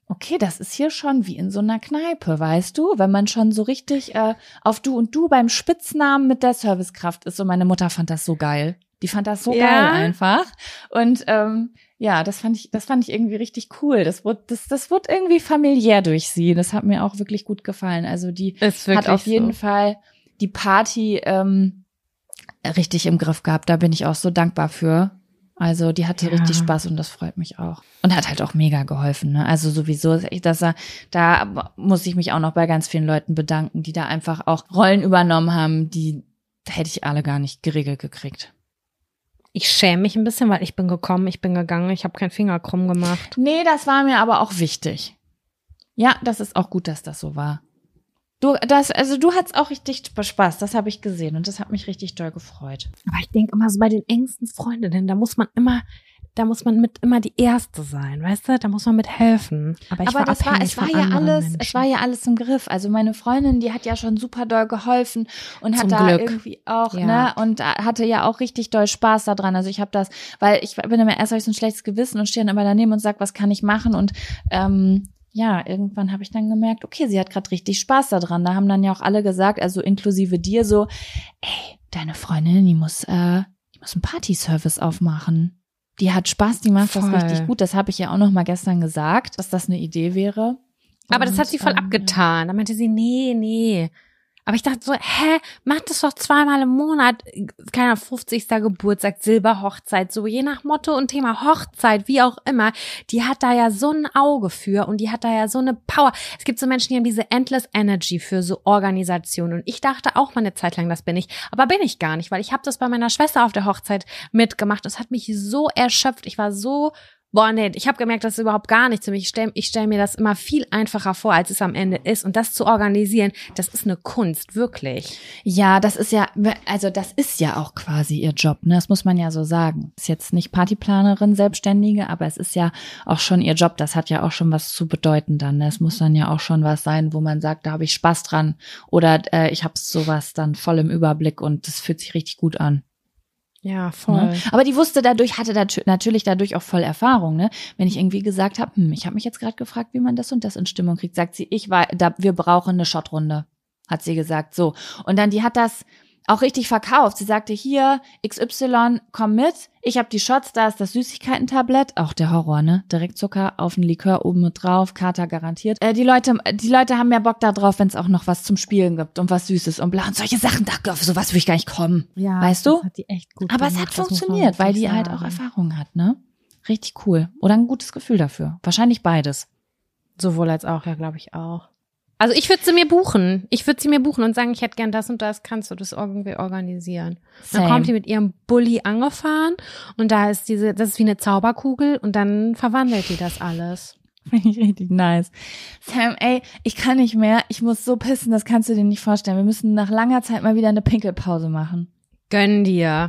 okay, das ist hier schon wie in so einer Kneipe, weißt du? Wenn man schon so richtig auf Du und Du beim Spitznamen mit der Servicekraft ist. Und meine Mutter fand das so geil. Die fand das so geil einfach. Und ja, das fand ich irgendwie richtig cool. Das wurde irgendwie familiär durch sie. Das hat mir auch wirklich gut gefallen. Also die hat auf jeden Fall die Party richtig im Griff gehabt. Da bin ich auch so dankbar für. Also die hatte richtig Spaß und das freut mich auch. Und hat halt auch mega geholfen, ne? Also sowieso, da muss ich mich auch noch bei ganz vielen Leuten bedanken, die da einfach auch Rollen übernommen haben, die hätte ich alle gar nicht geregelt gekriegt. Ich schäme mich ein bisschen, weil ich bin gekommen, ich bin gegangen, ich habe keinen Finger krumm gemacht. Nee, das war mir aber auch wichtig. Ja, das ist auch gut, dass das so war. Du hattest auch richtig Spaß, das habe ich gesehen und das hat mich richtig doll gefreut. Aber ich denke immer so bei den engsten Freundinnen, da muss man immer die Erste sein, weißt du? Da muss man mit helfen. Aber es war ja alles im Griff. Also meine Freundin, die hat ja schon super doll geholfen und hat da irgendwie auch, ne, und hatte ja auch richtig doll Spaß daran. Also ich habe das, weil ich bin immer erst, habe ich so ein schlechtes Gewissen und stehe dann immer daneben und sag, was kann ich machen? Und ja, irgendwann habe ich dann gemerkt, okay, sie hat gerade richtig Spaß daran. Da haben dann ja auch alle gesagt, also inklusive dir so, ey, deine Freundin, die muss einen Party-Service aufmachen. Die hat Spaß, die macht das richtig gut. Das habe ich ja auch noch mal gestern gesagt, dass das eine Idee wäre. Aber das hat sie voll abgetan. Da meinte sie, nee. Aber ich dachte so, mach das doch 2-mal im Monat. Keiner 50. Geburtstag, Silberhochzeit, so je nach Motto und Thema Hochzeit, wie auch immer. Die hat da ja so ein Auge für und die hat da ja so eine Power. Es gibt so Menschen, die haben diese endless Energy für so Organisationen. Und ich dachte auch mal eine Zeit lang, das bin ich. Aber bin ich gar nicht, weil ich habe das bei meiner Schwester auf der Hochzeit mitgemacht. Das hat mich so erschöpft. Ich war so... ich habe gemerkt, das ist überhaupt gar nichts für mich. Ich stell mir das immer viel einfacher vor, als es am Ende ist. Und das zu organisieren, das ist eine Kunst, wirklich. Ja, das ist ja auch quasi ihr Job, ne? Das muss man ja so sagen. Ist jetzt nicht Partyplanerin, Selbstständige, aber es ist ja auch schon ihr Job. Das hat ja auch schon was zu bedeuten dann. Ne? Es muss dann ja auch schon was sein, wo man sagt, da habe ich Spaß dran. Oder ich habe sowas dann voll im Überblick und das fühlt sich richtig gut an. Ja, voll. Aber die hatte natürlich dadurch auch voll Erfahrung, ne? Wenn ich irgendwie gesagt habe, ich habe mich jetzt gerade gefragt, wie man das und das in Stimmung kriegt, sagt sie, wir brauchen eine Shotrunde, hat sie gesagt, so. Und dann, die hat das auch richtig verkauft. Sie sagte, hier, XY, komm mit, ich habe die Shots, da ist das Süßigkeiten-Tablett, auch der Horror, ne? Direkt Zucker auf den Likör oben mit drauf, Kater garantiert. Die Leute haben mehr Bock da drauf, wenn es auch noch was zum Spielen gibt und was Süßes und bla und solche Sachen, auf sowas würde ich gar nicht kommen. Ja, weißt du? Das hat die echt gut Aber gemacht, es hat funktioniert, weil die halt auch Erfahrung hat, ne? Richtig cool. Oder ein gutes Gefühl dafür. Wahrscheinlich beides. Sowohl als auch, ja, glaube ich auch. Also ich würde sie mir buchen. Und sagen, ich hätte gern das und das, kannst du das irgendwie organisieren. Dann kommt die mit ihrem Bulli angefahren und das ist wie eine Zauberkugel und dann verwandelt die das alles. Finde ich richtig nice. Sam, ey, ich kann nicht mehr. Ich muss so pissen, das kannst du dir nicht vorstellen. Wir müssen nach langer Zeit mal wieder eine Pinkelpause machen. Gönn dir.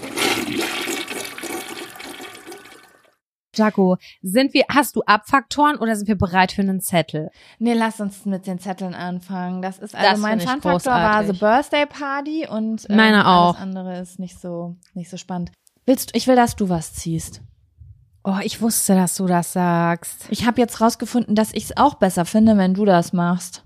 Jaco, hast du Abfaktoren oder sind wir bereit für einen Zettel? Nee, lass uns mit den Zetteln anfangen. Das ist also mein Fun-Faktor war The Birthday Party und meine auch. Alles andere ist nicht so spannend. Ich will, dass du was ziehst. Oh, ich wusste, dass du das sagst. Ich habe jetzt rausgefunden, dass ich es auch besser finde, wenn du das machst.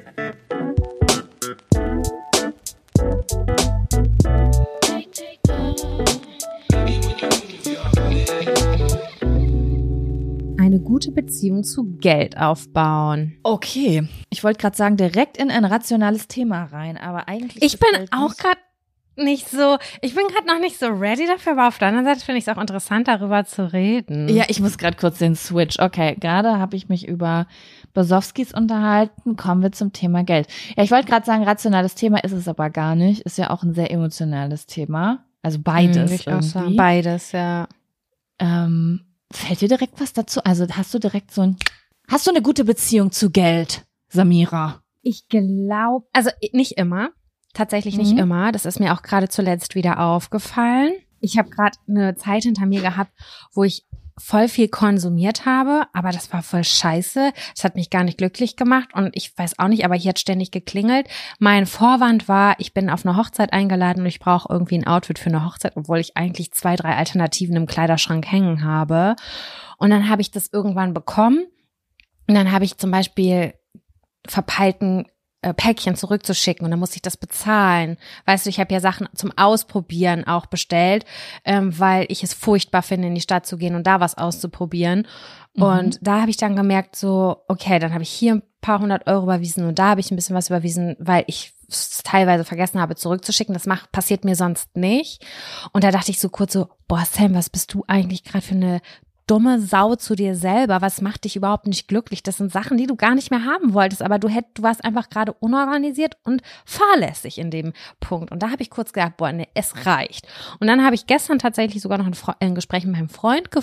Eine gute Beziehung zu Geld aufbauen. Okay, ich wollte gerade sagen, direkt in ein rationales Thema rein, aber eigentlich ich bin auch gerade noch nicht so ready dafür, aber auf der anderen Seite finde ich es auch interessant, darüber zu reden. Ja, ich muss gerade kurz den Switch. Okay, gerade habe ich mich über Besowskis unterhalten. Kommen wir zum Thema Geld. Ja, ich wollte gerade sagen, rationales Thema ist es aber gar nicht. Ist ja auch ein sehr emotionales Thema. Also beides ich auch sagen. Beides, ja. Fällt dir direkt was dazu? Also hast du eine gute Beziehung zu Geld, Samira? Ich glaube, also nicht immer. Tatsächlich nicht immer. Das ist mir auch gerade zuletzt wieder aufgefallen. Ich habe gerade eine Zeit hinter mir gehabt, wo ich voll viel konsumiert habe, aber das war voll scheiße. Das hat mich gar nicht glücklich gemacht und ich weiß auch nicht, aber hier hat ständig geklingelt. Mein Vorwand war, ich bin auf eine Hochzeit eingeladen und ich brauche irgendwie ein Outfit für eine Hochzeit, obwohl ich eigentlich 2, 3 Alternativen im Kleiderschrank hängen habe. Und dann habe ich das irgendwann bekommen Und dann habe ich zum Beispiel verpeilten Päckchen zurückzuschicken und dann musste ich das bezahlen. Weißt du, ich habe ja Sachen zum Ausprobieren auch bestellt, weil ich es furchtbar finde, in die Stadt zu gehen und da was auszuprobieren. Und da habe ich dann gemerkt, so, okay, dann habe ich hier ein paar 100 Euro überwiesen und da habe ich ein bisschen was überwiesen, weil ich es teilweise vergessen habe zurückzuschicken. Das passiert mir sonst nicht. Und da dachte ich so kurz so, boah Sam, was bist du eigentlich gerade für eine dumme Sau zu dir selber, was macht dich überhaupt nicht glücklich? Das sind Sachen, die du gar nicht mehr haben wolltest, aber du warst einfach gerade unorganisiert und fahrlässig in dem Punkt. Und da habe ich kurz gedacht, boah, nee, es reicht. Und dann habe ich gestern tatsächlich sogar noch ein Gespräch mit meinem Freund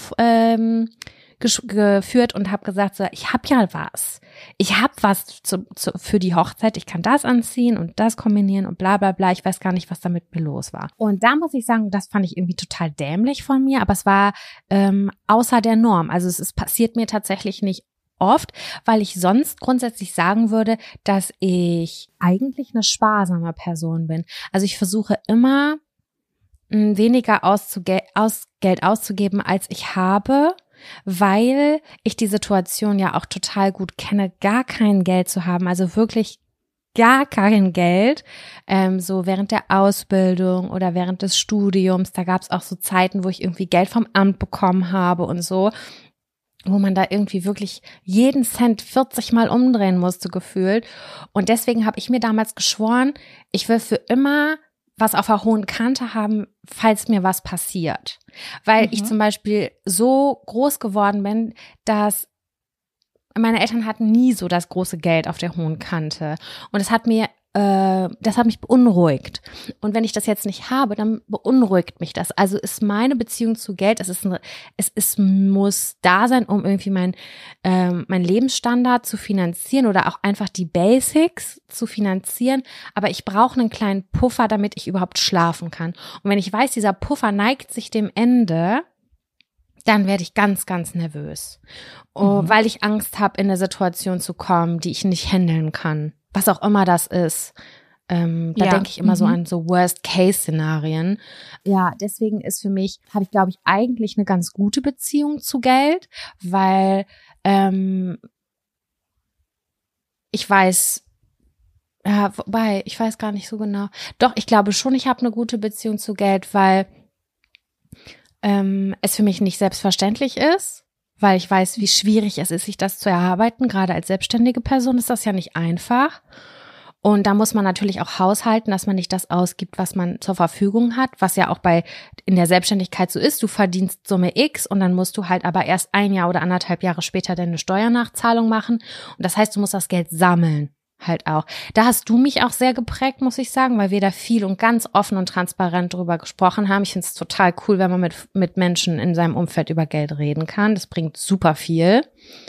geführt und habe gesagt, so, ich habe ja was. Ich habe was für die Hochzeit. Ich kann das anziehen und das kombinieren und bla bla bla. Ich weiß gar nicht, was da mit mir los war. Und da muss ich sagen, das fand ich irgendwie total dämlich von mir, aber es war außer der Norm. Also es passiert mir tatsächlich nicht oft, weil ich sonst grundsätzlich sagen würde, dass ich eigentlich eine sparsame Person bin. Also ich versuche immer weniger Geld auszugeben, als ich habe, weil ich die Situation ja auch total gut kenne, gar kein Geld zu haben, also wirklich gar kein Geld, so während der Ausbildung oder während des Studiums, da gab es auch so Zeiten, wo ich irgendwie Geld vom Amt bekommen habe und so, wo man da irgendwie wirklich jeden Cent 40 Mal umdrehen musste gefühlt und deswegen habe ich mir damals geschworen, ich will für immer was auf der hohen Kante haben, falls mir was passiert. Weil ich zum Beispiel so groß geworden bin, dass meine Eltern hatten nie so das große Geld auf der hohen Kante. Und das hat mich beunruhigt. Und wenn ich das jetzt nicht habe, dann beunruhigt mich das. Also ist meine Beziehung zu Geld, es muss da sein, um irgendwie mein Lebensstandard zu finanzieren oder auch einfach die Basics zu finanzieren. Aber ich brauche einen kleinen Puffer, damit ich überhaupt schlafen kann. Und wenn ich weiß, dieser Puffer neigt sich dem Ende, dann werde ich ganz, ganz nervös, weil ich Angst habe, in eine Situation zu kommen, die ich nicht handeln kann. Was auch immer das ist. Denke ich immer so an so Worst-Case-Szenarien. Ja, deswegen habe ich, glaube ich, eigentlich eine ganz gute Beziehung zu Geld, weil ich weiß, wobei, ich weiß gar nicht so genau. Doch, ich glaube schon, ich habe eine gute Beziehung zu Geld, weil es für mich nicht selbstverständlich ist, weil ich weiß, wie schwierig es ist, sich das zu erarbeiten. Gerade als selbstständige Person ist das ja nicht einfach. Und da muss man natürlich auch haushalten, dass man nicht das ausgibt, was man zur Verfügung hat, was ja auch in der Selbstständigkeit so ist. Du verdienst Summe X und dann musst du halt aber erst 1 Jahr oder 1,5 Jahre später deine Steuernachzahlung machen. Und das heißt, du musst das Geld sammeln. Halt auch. Da hast du mich auch sehr geprägt, muss ich sagen, weil wir da viel und ganz offen und transparent drüber gesprochen haben. Ich finde es total cool, wenn man mit Menschen in seinem Umfeld über Geld reden kann. Das bringt super viel.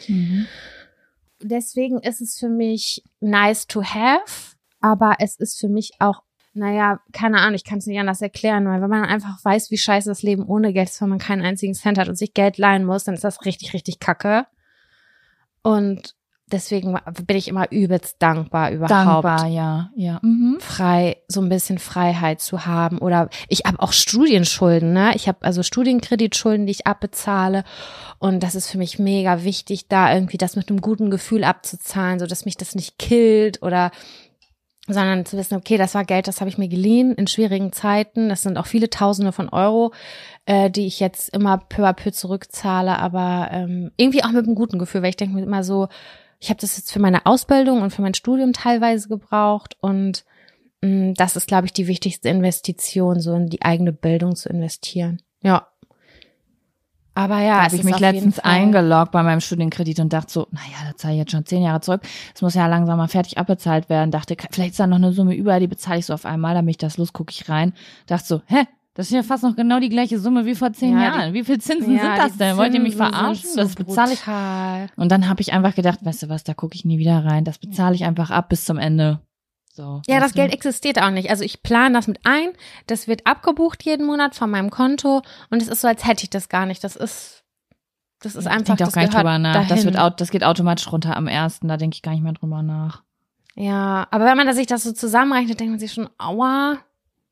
Deswegen ist es für mich nice to have, aber es ist für mich auch, naja, keine Ahnung, ich kann es nicht anders erklären, weil wenn man einfach weiß, wie scheiße das Leben ohne Geld ist, wenn man keinen einzigen Cent hat und sich Geld leihen muss, dann ist das richtig, richtig kacke. Und deswegen bin ich immer übelst dankbar überhaupt. Ja. So ein bisschen Freiheit zu haben. Oder ich habe auch Studienschulden, ne? Ich habe also Studienkreditschulden, die ich abbezahle. Und das ist für mich mega wichtig, da irgendwie das mit einem guten Gefühl abzuzahlen, so dass mich das nicht killt sondern zu wissen, okay, das war Geld, das habe ich mir geliehen in schwierigen Zeiten. Das sind auch viele Tausende von Euro, die ich jetzt immer peu à peu zurückzahle, aber irgendwie auch mit einem guten Gefühl, weil ich denke mir immer so, ich habe das jetzt für meine Ausbildung und für mein Studium teilweise gebraucht und das ist, glaube ich, die wichtigste Investition, so in die eigene Bildung zu investieren. Ja. Aber ja, da habe ich mich letztens eingeloggt bei meinem Studienkredit und dachte so, naja, das zahle ich jetzt schon 10 Jahre zurück. Das muss ja langsam mal fertig abbezahlt werden. Dachte, vielleicht ist da noch eine Summe über, die bezahle ich so auf einmal, damit ich das los, gucke ich rein. Dachte so, das ist ja fast noch genau die gleiche Summe wie vor 10 Jahren. Wie viel Zinsen sind das denn? Wollt ihr mich verarschen? Das bezahle ich. Und dann habe ich einfach gedacht, weißt du was, da gucke ich nie wieder rein. Das bezahle ich einfach ab bis zum Ende. So, ja, das Geld existiert auch nicht. Also ich plane das mit ein. Das wird abgebucht jeden Monat von meinem Konto. Und es ist so, als hätte ich das gar nicht. Das ist einfach, das gar nicht drüber nach. Das geht automatisch runter am 1. Da denke ich gar nicht mehr drüber nach. Ja, aber wenn man sich das so zusammenrechnet, denkt man sich schon, aua.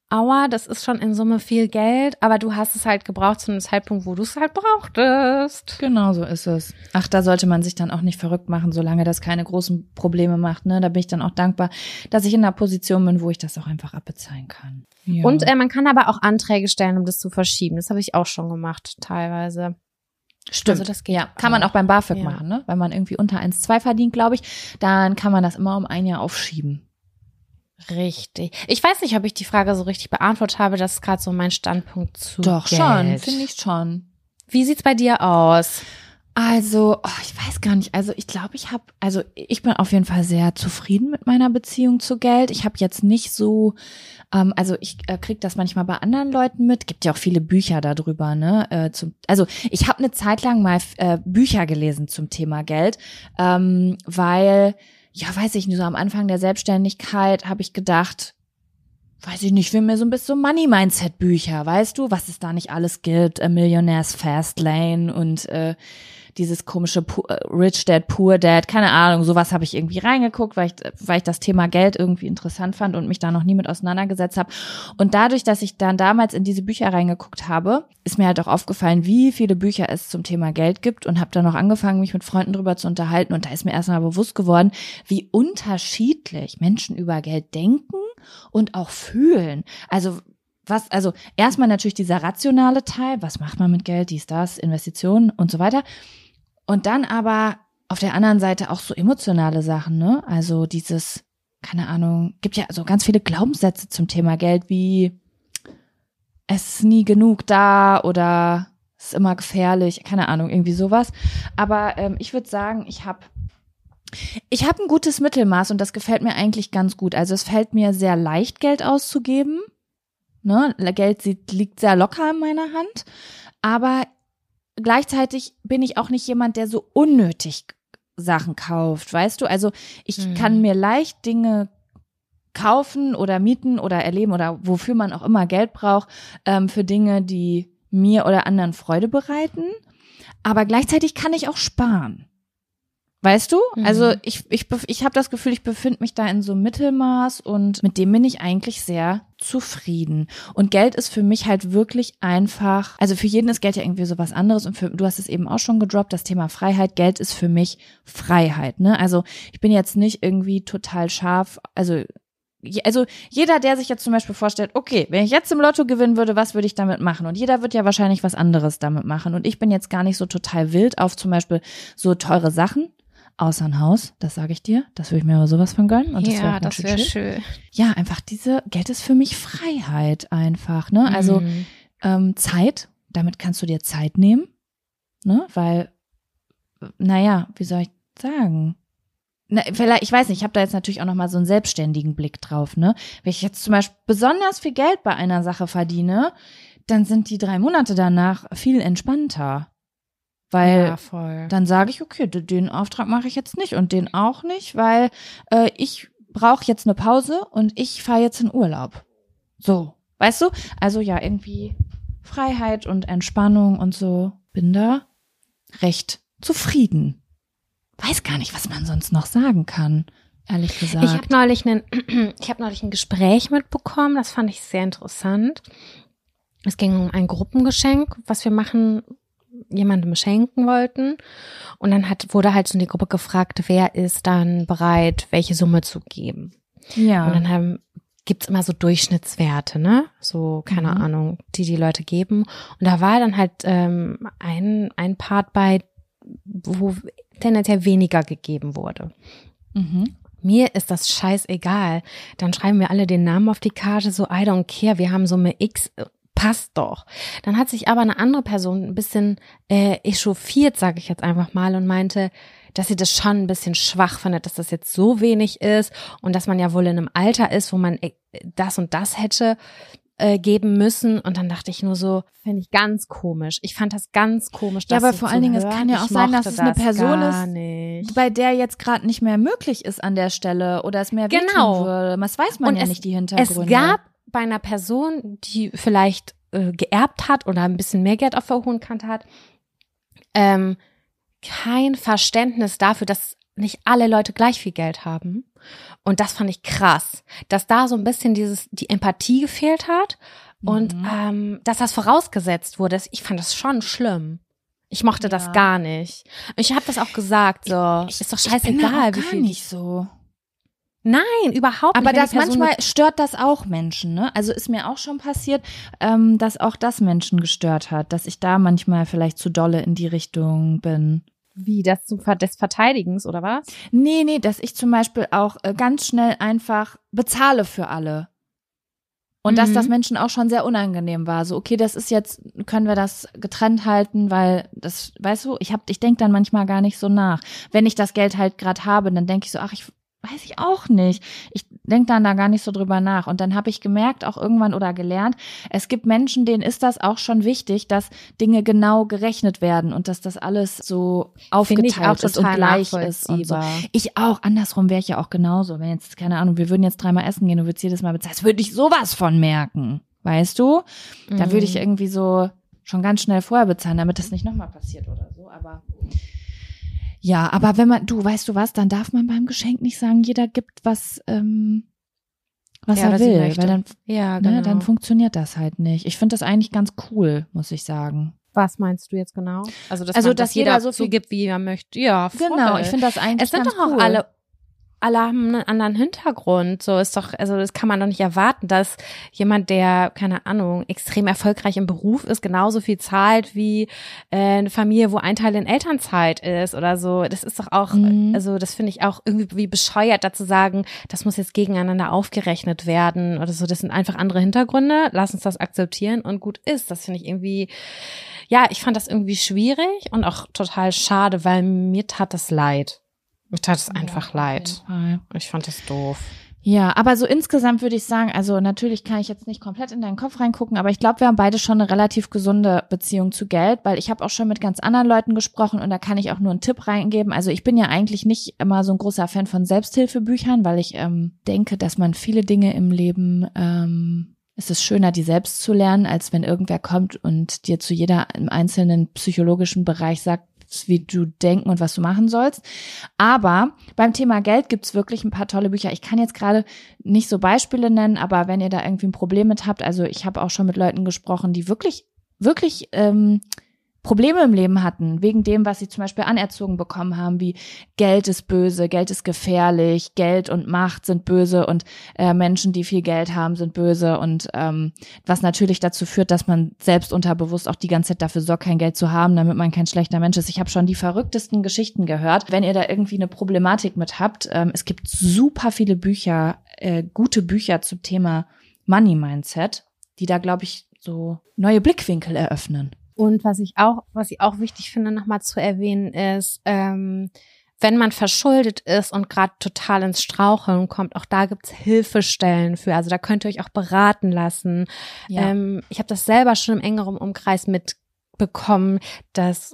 aua, das ist schon in Summe viel Geld, aber du hast es halt gebraucht zu einem Zeitpunkt, wo du es halt brauchtest. Genau so ist es. Ach, da sollte man sich dann auch nicht verrückt machen, solange das keine großen Probleme macht, ne? Da bin ich dann auch dankbar, dass ich in einer Position bin, wo ich das auch einfach abbezahlen kann. Ja. Und man kann aber auch Anträge stellen, um das zu verschieben. Das habe ich auch schon gemacht, teilweise. Stimmt, also das geht ja, kann man auch beim BAföG Ja. machen, ne? Wenn man irgendwie unter 1,2 verdient, glaube ich, dann kann man das immer um ein Jahr aufschieben. Richtig. Ich weiß nicht, ob ich die Frage so richtig beantwortet habe. Das ist gerade so mein Standpunkt zu Doch, Geld. schon, finde ich schon. Wie sieht's bei dir aus? Also, ich weiß gar nicht. Also, ich glaube, ich bin auf jeden Fall sehr zufrieden mit meiner Beziehung zu Geld. Ich habe jetzt nicht so, ich kriege das manchmal bei anderen Leuten mit. Gibt ja auch viele Bücher darüber, ne? Ich habe eine Zeit lang mal Bücher gelesen zum Thema Geld, weil, ja, weiß ich nicht, so am Anfang der Selbstständigkeit habe ich gedacht, weiß ich nicht, will mir so ein bisschen so Money-Mindset-Bücher, weißt du, was es da nicht alles gibt, Millionaires Fastlane und dieses komische Rich Dad, Poor Dad, keine Ahnung, sowas habe ich irgendwie reingeguckt, weil ich das Thema Geld irgendwie interessant fand und mich da noch nie mit auseinandergesetzt habe. Und dadurch, dass ich dann damals in diese Bücher reingeguckt habe, ist mir halt auch aufgefallen, wie viele Bücher es zum Thema Geld gibt und habe dann auch angefangen, mich mit Freunden drüber zu unterhalten und da ist mir erstmal bewusst geworden, wie unterschiedlich Menschen über Geld denken und auch fühlen. Also erstmal natürlich dieser rationale Teil, was macht man mit Geld, dies, das, Investitionen und so weiter. Und dann aber auf der anderen Seite auch so emotionale Sachen, ne? Also dieses, keine Ahnung, gibt ja so ganz viele Glaubenssätze zum Thema Geld, wie es ist nie genug da oder es ist immer gefährlich, keine Ahnung, irgendwie sowas. Aber ich würde sagen, ich habe ein gutes Mittelmaß und das gefällt mir eigentlich ganz gut. Also es fällt mir sehr leicht, Geld auszugeben. Ne? Geld liegt sehr locker in meiner Hand, aber gleichzeitig bin ich auch nicht jemand, der so unnötig Sachen kauft, weißt du? Also ich kann mir leicht Dinge kaufen oder mieten oder erleben oder wofür man auch immer Geld braucht, für Dinge, die mir oder anderen Freude bereiten, aber gleichzeitig kann ich auch sparen. Weißt du? Also ich habe das Gefühl, ich befinde mich da in so einem Mittelmaß und mit dem bin ich eigentlich sehr zufrieden. Und Geld ist für mich halt wirklich einfach, also für jeden ist Geld ja irgendwie so was anderes und du hast es eben auch schon gedroppt, das Thema Freiheit. Geld ist für mich Freiheit, ne? Also ich bin jetzt nicht irgendwie total scharf, also jeder, der sich jetzt zum Beispiel vorstellt, okay, wenn ich jetzt im Lotto gewinnen würde, was würde ich damit machen? Und jeder wird ja wahrscheinlich was anderes damit machen. Und ich bin jetzt gar nicht so total wild auf zum Beispiel so teure Sachen. Außer ein Haus, das sage ich dir. Das würde ich mir aber sowas von gönnen. Und das wäre schön. Ja, einfach Geld ist für mich Freiheit einfach, ne? Also Zeit, damit kannst du dir Zeit nehmen, ne? Weil, naja, wie soll ich sagen? Vielleicht, ich weiß nicht, ich habe da jetzt natürlich auch nochmal so einen selbstständigen Blick drauf, ne? Wenn ich jetzt zum Beispiel besonders viel Geld bei einer Sache verdiene, dann sind die 3 Monate danach viel entspannter. Weil dann sage ich, okay, den Auftrag mache ich jetzt nicht und den auch nicht, weil ich brauche jetzt eine Pause und ich fahre jetzt in Urlaub. So, weißt du? Also ja, irgendwie Freiheit und Entspannung und so. Bin da recht zufrieden. Weiß gar nicht, was man sonst noch sagen kann, ehrlich gesagt. Ich habe neulich ein Gespräch mitbekommen, das fand ich sehr interessant. Es ging um ein Gruppengeschenk, was wir jemandem schenken wollten. Und dann wurde halt so in die Gruppe gefragt, wer ist dann bereit, welche Summe zu geben. Ja. Und dann gibt's immer so Durchschnittswerte, ne? So, keine Ahnung, die Leute geben. Und da war dann halt ein Part bei, wo tendenziell weniger gegeben wurde. Mir ist das scheißegal. Dann schreiben wir alle den Namen auf die Karte, so I don't care, wir haben Summe X, passt doch. Dann hat sich aber eine andere Person ein bisschen echauffiert, sage ich jetzt einfach mal, und meinte, dass sie das schon ein bisschen schwach findet, dass das jetzt so wenig ist und dass man ja wohl in einem Alter ist, wo man das und das hätte geben müssen. Und dann dachte ich nur so, finde ich ganz komisch. Ich fand das ganz komisch. Ja, aber vor allen Dingen, es kann ja auch sein, dass es eine Person ist, bei der jetzt gerade nicht mehr möglich ist an der Stelle oder es mehr wehtun würde. Das weiß man ja nicht, die Hintergründe. Es gab bei einer Person, die vielleicht geerbt hat oder ein bisschen mehr Geld auf der hohen Kante hat, kein Verständnis dafür, dass nicht alle Leute gleich viel Geld haben. Und das fand ich krass, dass da so ein bisschen die Empathie gefehlt hat und dass das vorausgesetzt wurde. Ich fand das schon schlimm. Ich mochte das gar nicht. Ich habe das auch gesagt, so, ist doch scheißegal, wie viel. Nicht so. Nein, überhaupt nicht. Aber das manchmal stört das auch Menschen, ne? Also ist mir auch schon passiert, dass auch das Menschen gestört hat, dass ich da manchmal vielleicht zu dolle in die Richtung bin. Wie, des Verteidigens, oder was? Nee, dass ich zum Beispiel auch ganz schnell einfach bezahle für alle. Und dass das Menschen auch schon sehr unangenehm war. So, okay, das ist jetzt, können wir das getrennt halten, weil das, weißt du, ich denke dann manchmal gar nicht so nach. Wenn ich das Geld halt gerade habe, dann denke ich so, weiß ich auch nicht. Ich denke dann da gar nicht so drüber nach. Und dann habe ich gemerkt, auch irgendwann oder gelernt, es gibt Menschen, denen ist das auch schon wichtig, dass Dinge genau gerechnet werden und dass das alles so aufgeteilt ist und gleich ist und so. Ich auch, andersrum wäre ich ja auch genauso. Wenn jetzt, keine Ahnung, wir würden jetzt 3-mal essen gehen, du würdest jedes Mal bezahlen, das würde ich sowas von merken, weißt du? Da würde ich irgendwie so schon ganz schnell vorher bezahlen, damit das nicht nochmal passiert oder so, aber ja, aber wenn weißt du was, dann darf man beim Geschenk nicht sagen, jeder gibt was er will, weil dann, genau. Dann funktioniert das halt nicht. Ich finde das eigentlich ganz cool, muss ich sagen. Was meinst du jetzt genau? Also, dass jeder so viel gibt, wie er möchte. Ja, voll. Genau, ich finde das eigentlich ganz cool. Es sind doch auch alle haben einen anderen Hintergrund. So ist doch, also das kann man doch nicht erwarten, dass jemand, der, keine Ahnung, extrem erfolgreich im Beruf ist, genauso viel zahlt wie eine Familie, wo ein Teil in Elternzeit ist oder so. Das ist doch auch, also das finde ich auch irgendwie bescheuert, da zu sagen, das muss jetzt gegeneinander aufgerechnet werden oder so. Das sind einfach andere Hintergründe. Lass uns das akzeptieren und gut ist. Das finde ich irgendwie, ja, ich fand das irgendwie schwierig und auch total schade, weil mir tat das leid. Mir tat es einfach leid. Ich fand das doof. Ja, aber so insgesamt würde ich sagen, also natürlich kann ich jetzt nicht komplett in deinen Kopf reingucken, aber ich glaube, wir haben beide schon eine relativ gesunde Beziehung zu Geld, weil ich habe auch schon mit ganz anderen Leuten gesprochen und da kann ich auch nur einen Tipp reingeben. Also ich bin ja eigentlich nicht immer so ein großer Fan von Selbsthilfebüchern, weil ich denke, dass man viele Dinge im Leben es ist schöner, die selbst zu lernen, als wenn irgendwer kommt und dir zu jeder im einzelnen psychologischen Bereich sagt, wie du denken und was du machen sollst. Aber beim Thema Geld gibt's wirklich ein paar tolle Bücher. Ich kann jetzt gerade nicht so Beispiele nennen, aber wenn ihr da irgendwie ein Problem mit habt, also ich habe auch schon mit Leuten gesprochen, die wirklich Probleme im Leben hatten, wegen dem, was sie zum Beispiel anerzogen bekommen haben, wie Geld ist böse, Geld ist gefährlich, Geld und Macht sind böse und Menschen, die viel Geld haben, sind böse und was natürlich dazu führt, dass man selbst unterbewusst auch die ganze Zeit dafür sorgt, kein Geld zu haben, damit man kein schlechter Mensch ist. Ich habe schon die verrücktesten Geschichten gehört. Wenn ihr da irgendwie eine Problematik mit habt, es gibt super viele Bücher, gute Bücher zum Thema Money Mindset, die da, glaube ich, so neue Blickwinkel eröffnen. Und was ich auch wichtig finde, nochmal zu erwähnen, ist, wenn man verschuldet ist und gerade total ins Straucheln kommt, auch da gibt's Hilfestellen für. Also da könnt ihr euch auch beraten lassen. Ja. Ich habe das selber schon im engeren Umkreis mitbekommen, dass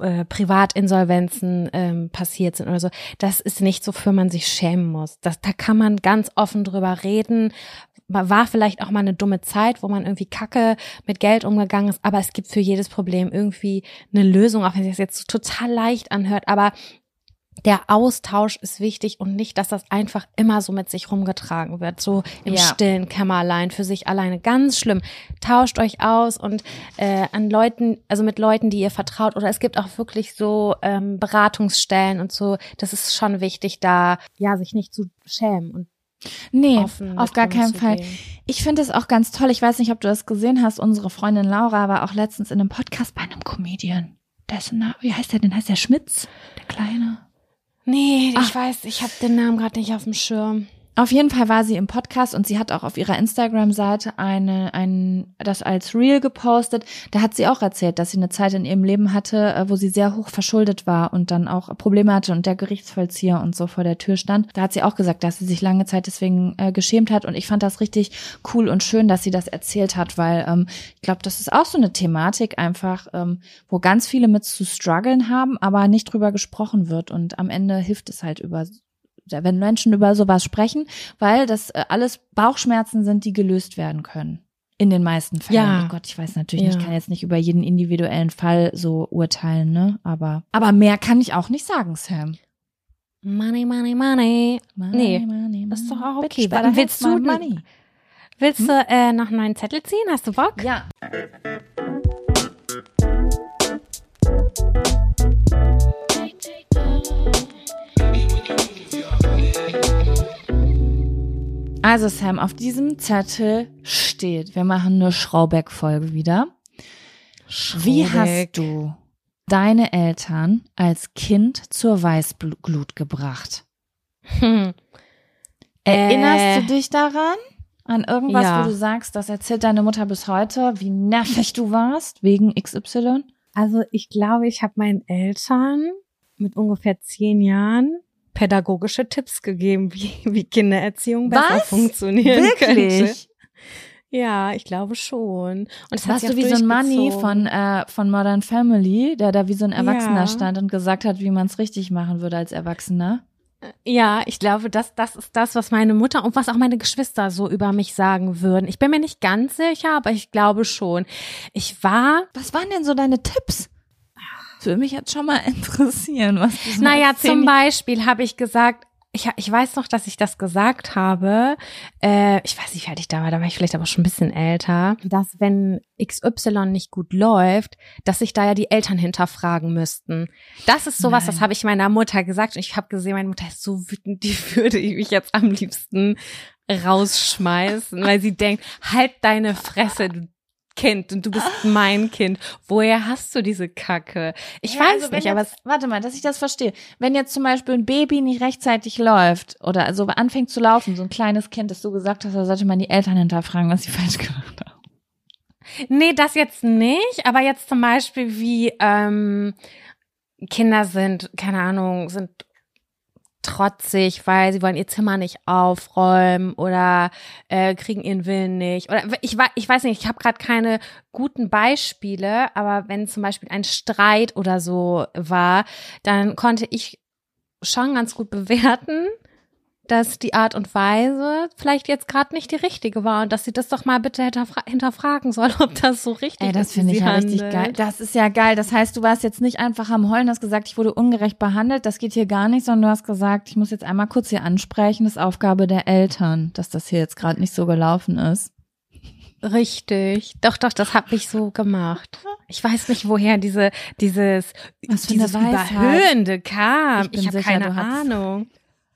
Privatinsolvenzen passiert sind oder so. Das ist nicht so, für man sich schämen muss. Da kann man ganz offen drüber reden. War vielleicht auch mal eine dumme Zeit, wo man irgendwie kacke mit Geld umgegangen ist, aber es gibt für jedes Problem irgendwie eine Lösung, auch wenn sich das jetzt total leicht anhört, aber der Austausch ist wichtig und nicht, dass das einfach immer so mit sich rumgetragen wird, so im stillen Kämmerlein für sich alleine. Ganz schlimm. Tauscht euch aus und an Leuten, also mit Leuten, die ihr vertraut, oder es gibt auch wirklich so Beratungsstellen und so. Das ist schon wichtig, da sich nicht zu schämen und nee, auf gar keinen Fall. Ich finde es auch ganz toll. Ich weiß nicht, ob du das gesehen hast. Unsere Freundin Laura war auch letztens in einem Podcast bei einem Comedian. Wie heißt der denn? Heißt der Schmitz? Der Kleine? Nee, ich weiß, ich habe den Namen gerade nicht auf dem Schirm. Auf jeden Fall war sie im Podcast und sie hat auch auf ihrer Instagram-Seite das als Reel gepostet. Da hat sie auch erzählt, dass sie eine Zeit in ihrem Leben hatte, wo sie sehr hoch verschuldet war und dann auch Probleme hatte und der Gerichtsvollzieher und so vor der Tür stand. Da hat sie auch gesagt, dass sie sich lange Zeit deswegen geschämt hat und ich fand das richtig cool und schön, dass sie das erzählt hat, weil ich glaube, das ist auch so eine Thematik einfach, wo ganz viele mit zu strugglen haben, aber nicht drüber gesprochen wird und am Ende hilft es halt wenn Menschen über sowas sprechen, weil das alles Bauchschmerzen sind, die gelöst werden können. In den meisten Fällen. Ja. Oh Gott, ich weiß natürlich nicht, ich kann jetzt nicht über jeden individuellen Fall so urteilen, ne? Aber mehr kann ich auch nicht sagen, Sam. Money, money, money. Nee, money, das ist doch auch bitch, okay. better Willst have du, my money. willst du noch einen neuen Zettel ziehen? Hast du Bock? Ja. Also Sam, auf diesem Zettel steht, wir machen eine Schraubeck-Folge wieder. Wie hast du deine Eltern als Kind zur Weißglut gebracht? Erinnerst du dich daran? An irgendwas, Ja. wo du sagst, das erzählt deine Mutter bis heute, wie nervig du warst wegen XY? Also ich glaube, ich habe meinen Eltern mit ungefähr 10 Jahren pädagogische Tipps gegeben, wie Kindererziehung besser funktionieren könnte. Wirklich? Ja, ich glaube schon. Und das hat Warst sich du auch wie so ein Manni durchgezogen. von Modern Family, der da wie so ein Erwachsener Ja. stand und gesagt hat, wie man es richtig machen würde als Erwachsener? Ja, ich glaube, das ist das, was meine Mutter und was auch meine Geschwister so über mich sagen würden. Ich bin mir nicht ganz sicher, aber ich glaube schon. Was waren denn so deine Tipps? Das würde mich jetzt schon mal interessieren, was du so Naja, als zum Beispiel habe ich gesagt, ich weiß noch, dass ich das gesagt habe, ich weiß nicht, wie alt ich da war ich vielleicht aber schon ein bisschen älter, dass wenn XY nicht gut läuft, dass sich da ja die Eltern hinterfragen müssten. Das ist sowas, Nein. das habe ich meiner Mutter gesagt und ich habe gesehen, meine Mutter ist so wütend, die würde ich mich jetzt am liebsten rausschmeißen, weil sie denkt, halt deine Fresse, du Kind und du bist mein Kind. Woher hast du diese Kacke? Ich weiß nicht, aber warte mal, dass ich das verstehe. Wenn jetzt zum Beispiel ein Baby nicht rechtzeitig läuft oder also anfängt zu laufen, so ein kleines Kind, das du gesagt hast, da sollte man die Eltern hinterfragen, was sie falsch gemacht haben. nee, das jetzt nicht, aber jetzt zum Beispiel wie Kinder sind, keine Ahnung, sind trotzig, weil sie wollen ihr Zimmer nicht aufräumen oder kriegen ihren Willen nicht. Oder ich weiß nicht, ich habe gerade keine guten Beispiele, aber wenn zum Beispiel ein Streit oder so war, dann konnte ich schon ganz gut bewerten, dass die Art und Weise vielleicht jetzt gerade nicht die richtige war und dass sie das doch mal bitte hinterfragen soll, ob das so richtig ist. Das finde ich ja richtig geil. Das ist ja geil. Das heißt, du warst jetzt nicht einfach am Heulen, hast gesagt, ich wurde ungerecht behandelt, das geht hier gar nicht, sondern du hast gesagt, ich muss jetzt einmal kurz hier ansprechen, das ist Aufgabe der Eltern, dass das hier jetzt gerade nicht so gelaufen ist. Richtig. Doch, das habe ich so gemacht. Ich weiß nicht, woher dieses Überhöhende kam. Ich habe keine Ahnung.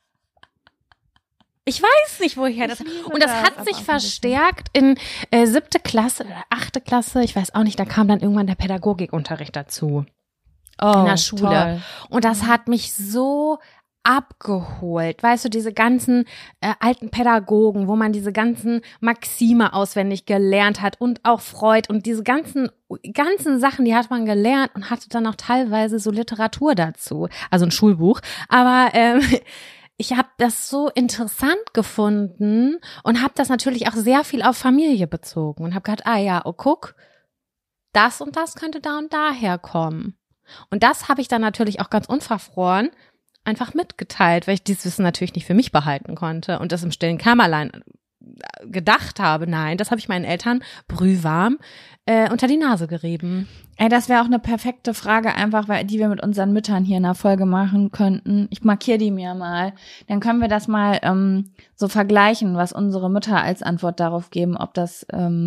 Ich weiß nicht, woher das. Und das hat sich verstärkt in 7. Klasse oder 8. Klasse. Ich weiß auch nicht, da kam dann irgendwann der Pädagogikunterricht dazu. In der Schule. Toll. Und das hat mich so abgeholt. Weißt du, diese ganzen alten Pädagogen, wo man diese ganzen Maxime auswendig gelernt hat und auch Freud und diese ganzen Sachen, die hat man gelernt und hatte dann auch teilweise so Literatur dazu. Also ein Schulbuch. Aber ich habe das so interessant gefunden und habe das natürlich auch sehr viel auf Familie bezogen und habe gedacht, guck, das und das könnte da und daher kommen. Und das habe ich dann natürlich auch ganz unverfroren einfach mitgeteilt, weil ich dieses Wissen natürlich nicht für mich behalten konnte und das im stillen Kämmerlein gedacht habe. Nein, das habe ich meinen Eltern brühwarm unter die Nase gerieben. Das wäre auch eine perfekte Frage einfach, die wir mit unseren Müttern hier in der Folge machen könnten. Ich markiere die mir mal. Dann können wir das mal so vergleichen, was unsere Mütter als Antwort darauf geben, ob das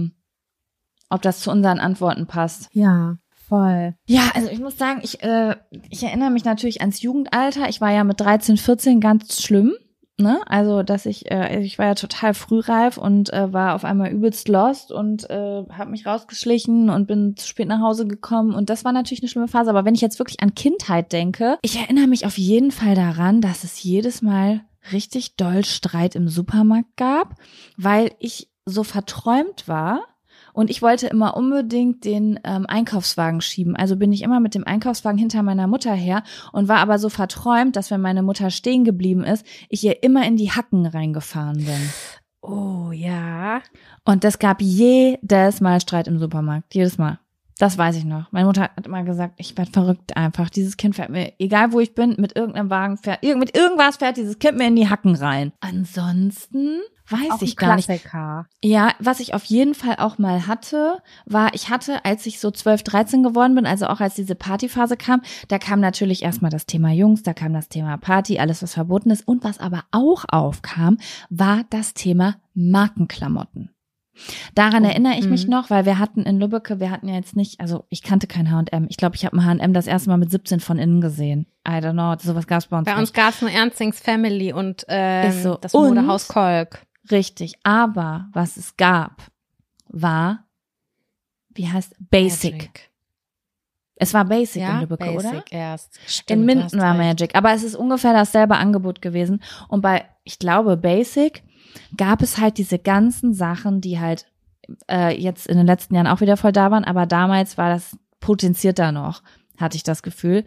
zu unseren Antworten passt. Ja, voll. Ja, also ich muss sagen, ich erinnere mich natürlich ans Jugendalter. Ich war ja mit 13, 14 ganz schlimm. Ne? Also, dass ich war ja total frühreif und war auf einmal übelst lost und habe mich rausgeschlichen und bin zu spät nach Hause gekommen und das war natürlich eine schlimme Phase. Aber wenn ich jetzt wirklich an Kindheit denke, ich erinnere mich auf jeden Fall daran, dass es jedes Mal richtig doll Streit im Supermarkt gab, weil ich so verträumt war. Und ich wollte immer unbedingt den Einkaufswagen schieben. Also bin ich immer mit dem Einkaufswagen hinter meiner Mutter her und war aber so verträumt, dass wenn meine Mutter stehen geblieben ist, ich ihr immer in die Hacken reingefahren bin. Oh ja. Und das gab jedes Mal Streit im Supermarkt. Jedes Mal. Das weiß ich noch. Meine Mutter hat immer gesagt, ich werde verrückt einfach. Dieses Kind fährt mir, egal wo ich bin, mit irgendeinem Wagen mit irgendwas fährt dieses Kind mir in die Hacken rein. Ansonsten weiß Auch ich ein gar nicht. Klassiker. Ja, was ich auf jeden Fall auch mal hatte, als ich so 12, 13 geworden bin, also auch als diese Partyphase kam, da kam natürlich erstmal das Thema Jungs, da kam das Thema Party, alles was verboten ist. Und was aber auch aufkam, war das Thema Markenklamotten. Daran erinnere ich mich noch, weil wir hatten in Lübeck, ja jetzt nicht, also ich kannte kein H&M. Ich glaube, ich habe ein H&M das erste Mal mit 17 von innen gesehen. I don't know, sowas gab es bei uns nicht. Bei uns gab es nur Ernstings Family und so. das Modehaus Kolk. Richtig, aber was es gab, war, Basic. Magic. Es war Basic Ja, in Lübeck, Basic oder? Erst. Stimmt, In Minden war recht. Magic, aber es ist ungefähr dasselbe Angebot gewesen. Und ich glaube, Basic gab es halt diese ganzen Sachen, die halt jetzt in den letzten Jahren auch wieder voll da waren, aber damals war das potenzierter noch, hatte ich das Gefühl.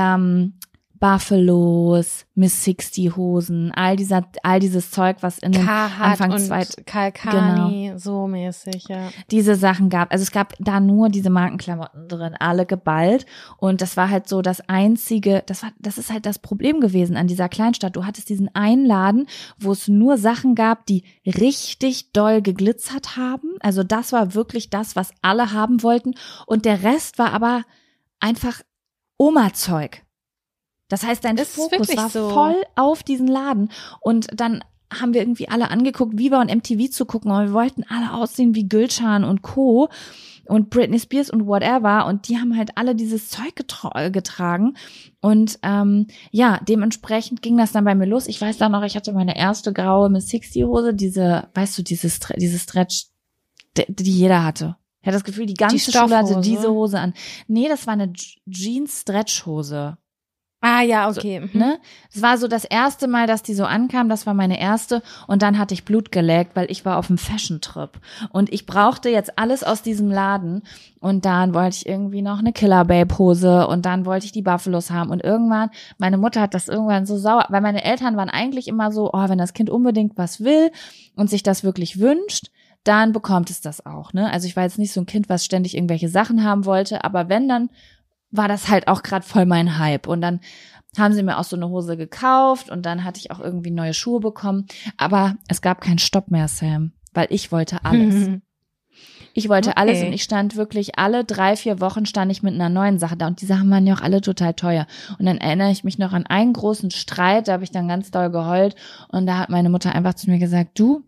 Buffalos, Miss 60 Hosen, all dieses Zeug, was in den Anfang und Kalkani, so mäßig, ja. Diese Sachen gab. Also es gab da nur diese Markenklamotten drin, alle geballt. Und das war halt so das einzige, das ist halt das Problem gewesen an dieser Kleinstadt. Du hattest diesen einen Laden, wo es nur Sachen gab, die richtig doll geglitzert haben. Also das war wirklich das, was alle haben wollten. Und der Rest war aber einfach Oma-Zeug. Das heißt, dein Fokus war so voll auf diesen Laden. Und dann haben wir irgendwie alle angeguckt, Viva und MTV zu gucken. Und wir wollten alle aussehen wie Gülcan und Co. und Britney Spears und whatever. Und die haben halt alle dieses Zeug getragen. Und dementsprechend ging das dann bei mir los. Ich weiß dann noch, ich hatte meine erste graue Miss 60 Hose, diese Stretch, die jeder hatte. Ich hatte das Gefühl, die ganze Schule hatte diese Hose an. Nee, das war eine Jeans-Stretch-Hose. Ah ja, okay. So, ne? Es war so das erste Mal, dass die so ankam, das war meine erste und dann hatte ich Blut geleckt, weil ich war auf einem Fashion-Trip und ich brauchte jetzt alles aus diesem Laden und dann wollte ich irgendwie noch eine Killer-Babe-Hose und dann wollte ich die Buffalos haben und irgendwann, meine Mutter hat das irgendwann so sauer, weil meine Eltern waren eigentlich immer so, wenn das Kind unbedingt was will und sich das wirklich wünscht, dann bekommt es das auch, ne? Also ich war jetzt nicht so ein Kind, was ständig irgendwelche Sachen haben wollte, aber wenn, dann war das halt auch gerade voll mein Hype. Und dann haben sie mir auch so eine Hose gekauft und dann hatte ich auch irgendwie neue Schuhe bekommen. Aber es gab keinen Stopp mehr, Sam, weil ich wollte alles. Ich wollte alles und ich stand wirklich alle 3-4 Wochen stand ich mit einer neuen Sache da und die Sachen waren ja auch alle total teuer. Und dann erinnere ich mich noch an einen großen Streit, da habe ich dann ganz doll geheult und da hat meine Mutter einfach zu mir gesagt, du,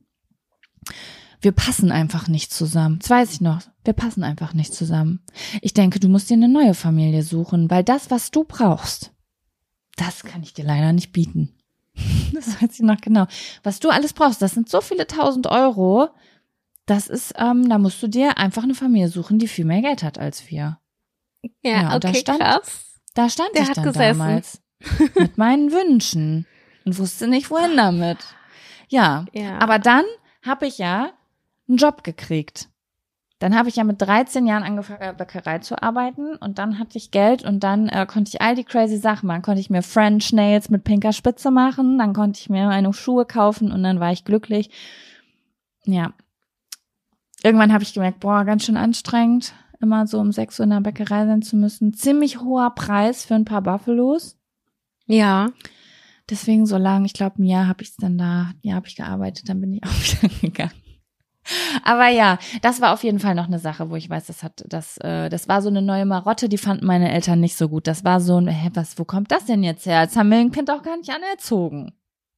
wir passen einfach nicht zusammen. Das weiß ich noch. Wir passen einfach nicht zusammen. Ich denke, du musst dir eine neue Familie suchen, weil das, was du brauchst, das kann ich dir leider nicht bieten. Das weiß ich noch genau. Was du alles brauchst, das sind so viele 1.000 Euro. Das ist, da musst du dir einfach eine Familie suchen, die viel mehr Geld hat als wir. Ja, okay, krass. Da stand Der ich hat dann gesessen. damals mit meinen Wünschen und wusste nicht, wohin damit. Ja. Aber dann habe ich ja einen Job gekriegt. Dann habe ich ja mit 13 Jahren angefangen, in der Bäckerei zu arbeiten und dann hatte ich Geld und dann konnte ich all die crazy Sachen machen. Konnte ich mir French Nails mit pinker Spitze machen, dann konnte ich mir meine Schuhe kaufen und dann war ich glücklich. Ja. Irgendwann habe ich gemerkt, ganz schön anstrengend, immer so um 6 Uhr in der Bäckerei sein zu müssen. Ziemlich hoher Preis für ein paar Buffalos. Ja. Deswegen so lang, ich glaube, ein Jahr habe ich gearbeitet, dann bin ich auch wieder gegangen. Aber ja, das war auf jeden Fall noch eine Sache, wo ich weiß, das war so eine neue Marotte, die fanden meine Eltern nicht so gut. Das war so ein, wo kommt das denn jetzt her? Das haben wir ein Kind auch gar nicht anerzogen.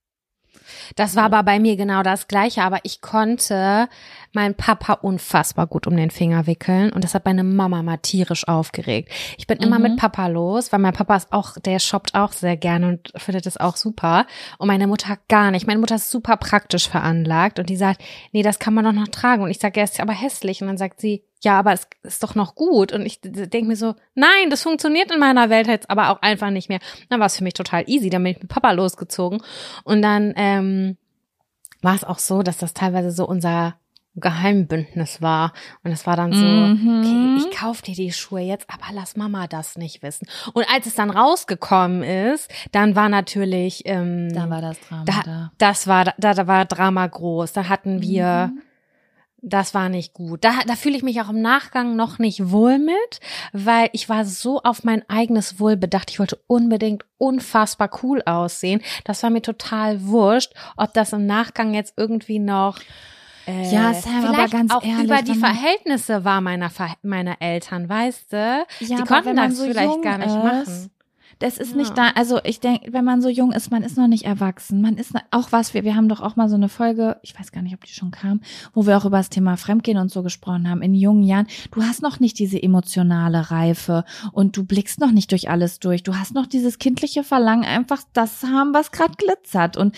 Das war aber bei mir genau das Gleiche, aber ich konnte meinen Papa unfassbar gut um den Finger wickeln und das hat meine Mama mal tierisch aufgeregt. Ich bin immer mit Papa los, weil mein Papa der shoppt auch sehr gerne und findet das auch super und meine Mutter gar nicht. Meine Mutter ist super praktisch veranlagt und die sagt, nee, das kann man doch noch tragen und ich sage, er ist aber hässlich und dann sagt sie, ja, aber es ist doch noch gut. Und ich denke mir so, nein, das funktioniert in meiner Welt jetzt aber auch einfach nicht mehr. Dann war es für mich total easy. Dann bin ich mit Papa losgezogen. Und dann war es auch so, dass das teilweise so unser Geheimbündnis war. Und es war dann so, okay, ich kaufe dir die Schuhe jetzt, aber lass Mama das nicht wissen. Und als es dann rausgekommen ist, dann war natürlich da war das Drama da war Drama groß. Da hatten wir Das war nicht gut. Da fühle ich mich auch im Nachgang noch nicht wohl mit, weil ich war so auf mein eigenes Wohl bedacht. Ich wollte unbedingt unfassbar cool aussehen. Das war mir total wurscht, ob das im Nachgang jetzt irgendwie noch ja, Sam, aber ganz auch ehrlich, über die Verhältnisse war meiner Eltern, weißt du? Ja, die aber konnten wenn man das so vielleicht jung gar nicht ist, machen. Das ist nicht da, also ich denke, wenn man so jung ist, man ist noch nicht erwachsen. Man ist auch wir haben doch auch mal so eine Folge, ich weiß gar nicht, ob die schon kam, wo wir auch über das Thema Fremdgehen und so gesprochen haben, in jungen Jahren. Du hast noch nicht diese emotionale Reife und du blickst noch nicht durch alles durch. Du hast noch dieses kindliche Verlangen, einfach das zu haben, was gerade glitzert. Und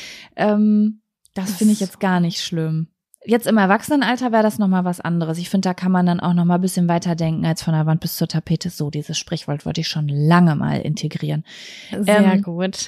das finde ich jetzt gar nicht schlimm. Jetzt im Erwachsenenalter wäre das nochmal was anderes. Ich finde, da kann man dann auch nochmal ein bisschen weiter denken als von der Wand bis zur Tapete. So, dieses Sprichwort wollte ich schon lange mal integrieren. Sehr gut.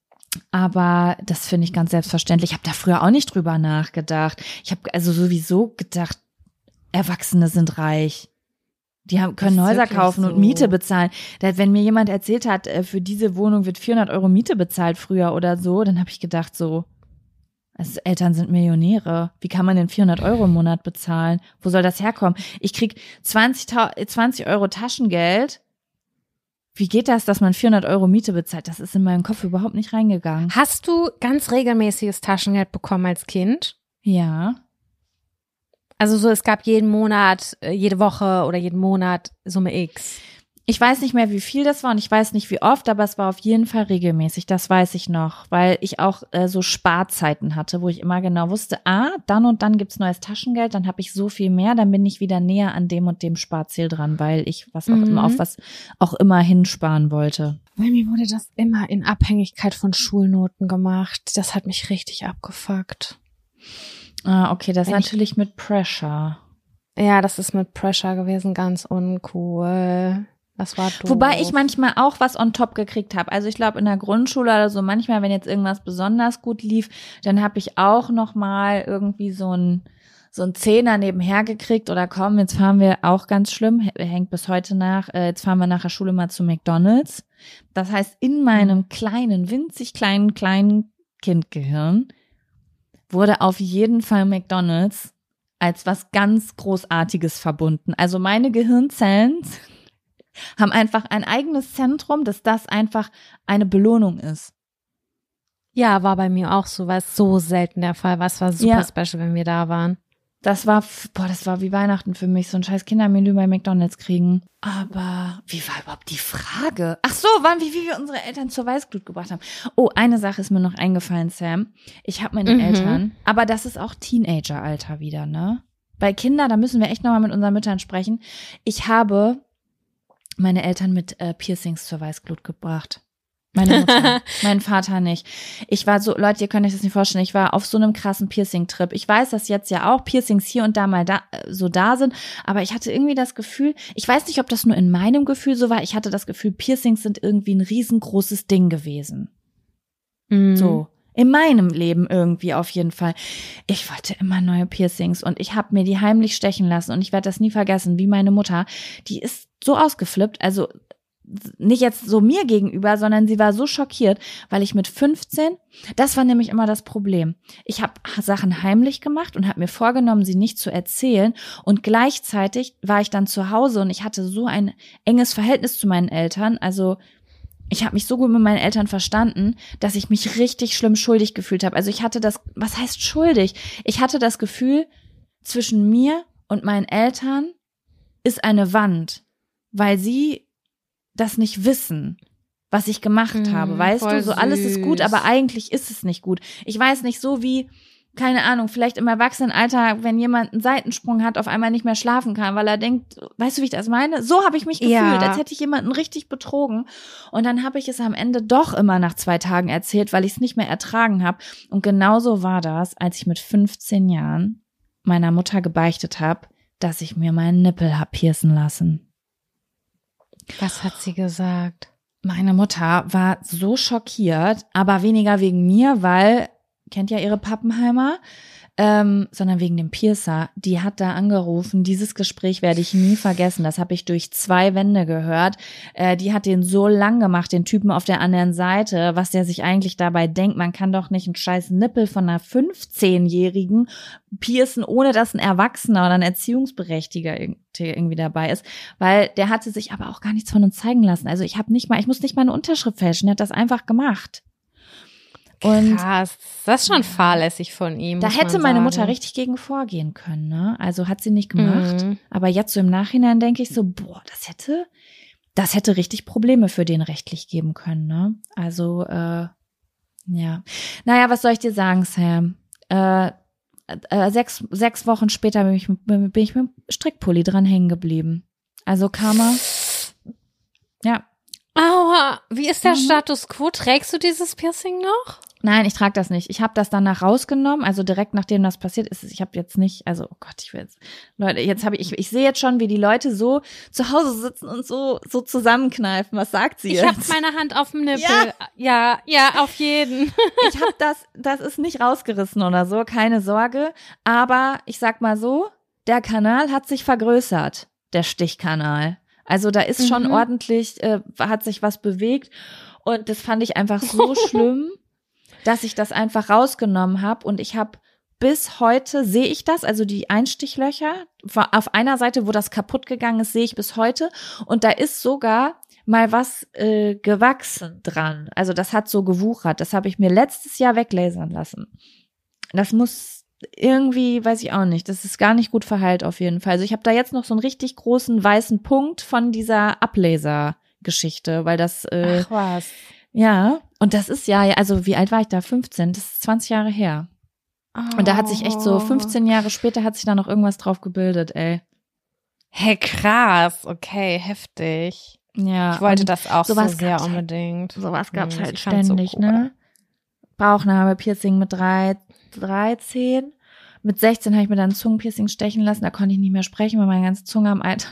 Aber das finde ich ganz selbstverständlich. Ich habe da früher auch nicht drüber nachgedacht. Ich habe also sowieso gedacht, Erwachsene sind reich. Die können Häuser kaufen und Miete bezahlen. Wenn mir jemand erzählt hat, für diese Wohnung wird 400 € Miete bezahlt früher oder so, dann habe ich gedacht so, also Eltern sind Millionäre. Wie kann man denn 400 € im Monat bezahlen? Wo soll das herkommen? Ich krieg 20 € Taschengeld. Wie geht das, dass man 400 € Miete bezahlt? Das ist in meinen Kopf überhaupt nicht reingegangen. Hast du ganz regelmäßiges Taschengeld bekommen als Kind? Ja. Also so, es gab jeden Monat, jede Woche oder jeden Monat Summe X. Ich weiß nicht mehr, wie viel das war und ich weiß nicht, wie oft, aber es war auf jeden Fall regelmäßig, das weiß ich noch, weil ich auch so Sparzeiten hatte, wo ich immer genau wusste, dann und dann gibt's neues Taschengeld, dann habe ich so viel mehr, dann bin ich wieder näher an dem und dem Sparziel dran, weil ich auf was auch immer hinsparen wollte. Bei mir wurde das immer in Abhängigkeit von Schulnoten gemacht. Das hat mich richtig abgefuckt. Okay, das ist natürlich mit Pressure. Ja, das ist mit Pressure gewesen, ganz uncool. Das war doof. Wobei ich manchmal auch was on top gekriegt habe. Also ich glaube in der Grundschule oder so, manchmal, wenn jetzt irgendwas besonders gut lief, dann habe ich auch noch mal irgendwie so ein Zehner nebenher gekriegt oder komm, jetzt fahren wir auch ganz schlimm, hängt bis heute nach, jetzt fahren wir nach der Schule mal zu McDonald's. Das heißt, in meinem winzig kleinen Kindgehirn wurde auf jeden Fall McDonald's als was ganz Großartiges verbunden. Also meine Gehirnzellen haben einfach ein eigenes Zentrum, dass das einfach eine Belohnung ist. Ja, war bei mir auch so, war so selten der Fall. Was war super special, wenn wir da waren. Das war wie Weihnachten für mich, so ein scheiß Kindermenü bei McDonald's kriegen. Aber wie war überhaupt die Frage? Ach so, wie wir unsere Eltern zur Weißglut gebracht haben. Oh, eine Sache ist mir noch eingefallen, Sam. Ich habe meine Eltern, aber das ist auch Teenager-Alter wieder, ne? Bei Kinder, da müssen wir echt nochmal mit unseren Müttern sprechen. Ich habe meine Eltern mit Piercings zur Weißglut gebracht. Meine Mutter, mein Vater nicht. Ich war so, Leute, ihr könnt euch das nicht vorstellen, ich war auf so einem krassen Piercing-Trip. Ich weiß, dass jetzt ja auch Piercings hier und da mal da sind, aber ich hatte irgendwie das Gefühl, ich weiß nicht, ob das nur in meinem Gefühl so war, ich hatte das Gefühl, Piercings sind irgendwie ein riesengroßes Ding gewesen. So. In meinem Leben irgendwie auf jeden Fall. Ich wollte immer neue Piercings und ich habe mir die heimlich stechen lassen und ich werde das nie vergessen, wie meine Mutter, die ist so ausgeflippt, also nicht jetzt so mir gegenüber, sondern sie war so schockiert, weil ich mit 15, das war nämlich immer das Problem. Ich habe Sachen heimlich gemacht und habe mir vorgenommen, sie nicht zu erzählen und gleichzeitig war ich dann zu Hause und ich hatte so ein enges Verhältnis zu meinen Eltern, also ich habe mich so gut mit meinen Eltern verstanden, dass ich mich richtig schlimm schuldig gefühlt habe. Also ich hatte was heißt schuldig? Ich hatte das Gefühl, zwischen mir und meinen Eltern ist eine Wand, weil sie das nicht wissen, was ich gemacht habe, weißt du? So alles ist gut, aber eigentlich ist es nicht gut. Ich weiß nicht, so wie, keine Ahnung, vielleicht im Erwachsenenalter, wenn jemand einen Seitensprung hat, auf einmal nicht mehr schlafen kann, weil er denkt, weißt du, wie ich das meine? So habe ich mich gefühlt, als hätte ich jemanden richtig betrogen. Und dann habe ich es am Ende doch immer nach 2 Tagen erzählt, weil ich es nicht mehr ertragen habe. Und genauso war das, als ich mit 15 Jahren meiner Mutter gebeichtet habe, dass ich mir meinen Nippel hab piercen lassen. Was hat sie gesagt? Meine Mutter war so schockiert, aber weniger wegen mir, weil, kennt ja ihre Pappenheimer, sondern wegen dem Piercer. Die hat da angerufen. Dieses Gespräch werde ich nie vergessen. Das habe ich durch 2 Wände gehört. Die hat den so lang gemacht, den Typen auf der anderen Seite, was der sich eigentlich dabei denkt. Man kann doch nicht einen scheiß Nippel von einer 15-Jährigen piercen, ohne dass ein Erwachsener oder ein Erziehungsberechtigter irgendwie dabei ist. Weil der hatte sich aber auch gar nichts von uns zeigen lassen. Also ich muss nicht mal eine Unterschrift fälschen. Der hat das einfach gemacht. Und krass, das ist schon fahrlässig von ihm. Da hätte meine Mutter richtig gegen vorgehen können, ne? Also hat sie nicht gemacht. Aber jetzt so im Nachhinein denke ich so, boah, das hätte richtig Probleme für den rechtlich geben können, ne? Also, ja. Naja, was soll ich dir sagen, Sam? 6 Wochen später bin ich mit dem Strickpulli dran hängen geblieben. Also Karma, ja. Aua, wie ist der Status quo? Trägst du dieses Piercing noch? Nein, ich trage das nicht. Ich habe das danach rausgenommen, also direkt nachdem das passiert ist. Ich habe jetzt nicht, also oh Gott, Leute, jetzt habe ich sehe jetzt schon, wie die Leute so zu Hause sitzen und so zusammenkneifen. Was sagt sie jetzt? Ich habe meine Hand auf dem Nippel. Ja, auf jeden. Ich habe das ist nicht rausgerissen oder so, keine Sorge. Aber ich sag mal so, der Kanal hat sich vergrößert, der Stichkanal. Also da ist schon ordentlich, hat sich was bewegt. Und das fand ich einfach so schlimm, dass ich das einfach rausgenommen habe. Und ich habe bis heute, sehe ich das, also die Einstichlöcher, auf einer Seite, wo das kaputt gegangen ist, sehe ich bis heute. Und da ist sogar mal was gewachsen dran. Also das hat so gewuchert. Das habe ich mir letztes Jahr weglasern lassen. Das muss irgendwie, weiß ich auch nicht, das ist gar nicht gut verheilt auf jeden Fall. Also ich habe da jetzt noch so einen richtig großen weißen Punkt von dieser Ablaser-Geschichte, weil das Ach was. Ja, und das ist ja, also wie alt war ich da? 15, das ist 20 Jahre her. Oh. Und da hat sich echt so 15 Jahre später hat sich da noch irgendwas drauf gebildet, ey. Hey, krass, okay, heftig. Ja. Ich wollte das auch so sehr halt, unbedingt. Sowas gab's halt ständig, so cool. Ne? Bauchnabel, Piercing mit 13. Mit 16 habe ich mir dann ein Zungenpiercing stechen lassen, da konnte ich nicht mehr sprechen, weil meine ganze Zunge am Alter.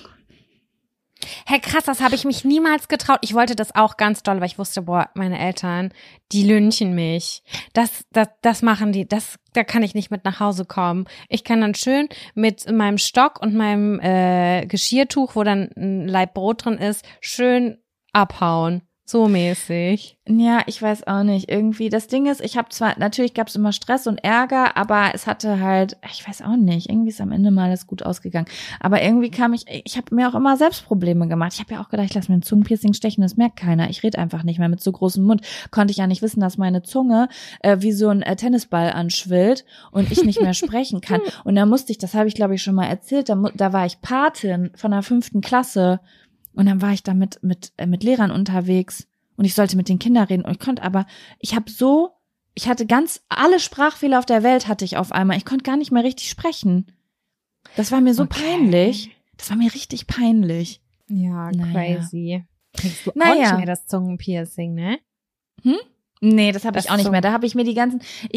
Hey, krass, das habe ich mich niemals getraut. Ich wollte das auch ganz doll, weil ich wusste, boah, meine Eltern, die lynchen mich. Das machen die, da kann ich nicht mit nach Hause kommen. Ich kann dann schön mit meinem Stock und meinem Geschirrtuch, wo dann ein Laib Brot drin ist, schön abhauen. So mäßig. Ja, ich weiß auch nicht. Irgendwie, das Ding ist, natürlich gab es immer Stress und Ärger, aber es hatte halt, ich weiß auch nicht, irgendwie ist am Ende mal alles gut ausgegangen. Aber irgendwie ich habe mir auch immer selbst Probleme gemacht. Ich habe ja auch gedacht, ich lasse mir ein Zungenpiercing stechen, das merkt keiner. Ich rede einfach nicht mehr mit so großem Mund. Konnte ich ja nicht wissen, dass meine Zunge wie so ein Tennisball anschwillt und ich nicht mehr sprechen kann. Und da musste ich, das habe ich glaube ich schon mal erzählt, da war ich Patin von der 5. Klasse. Und dann war ich da mit Lehrern unterwegs und ich sollte mit den Kindern reden und ich hatte alle Sprachfehler auf der Welt hatte ich auf einmal. Ich konnte gar nicht mehr richtig sprechen. Das war mir so peinlich. Das war mir richtig peinlich. Ja, crazy. Kriegst du auch nicht mehr das Zungenpiercing, ne? Nee, das habe ich auch nicht mehr. Da habe ich mir ich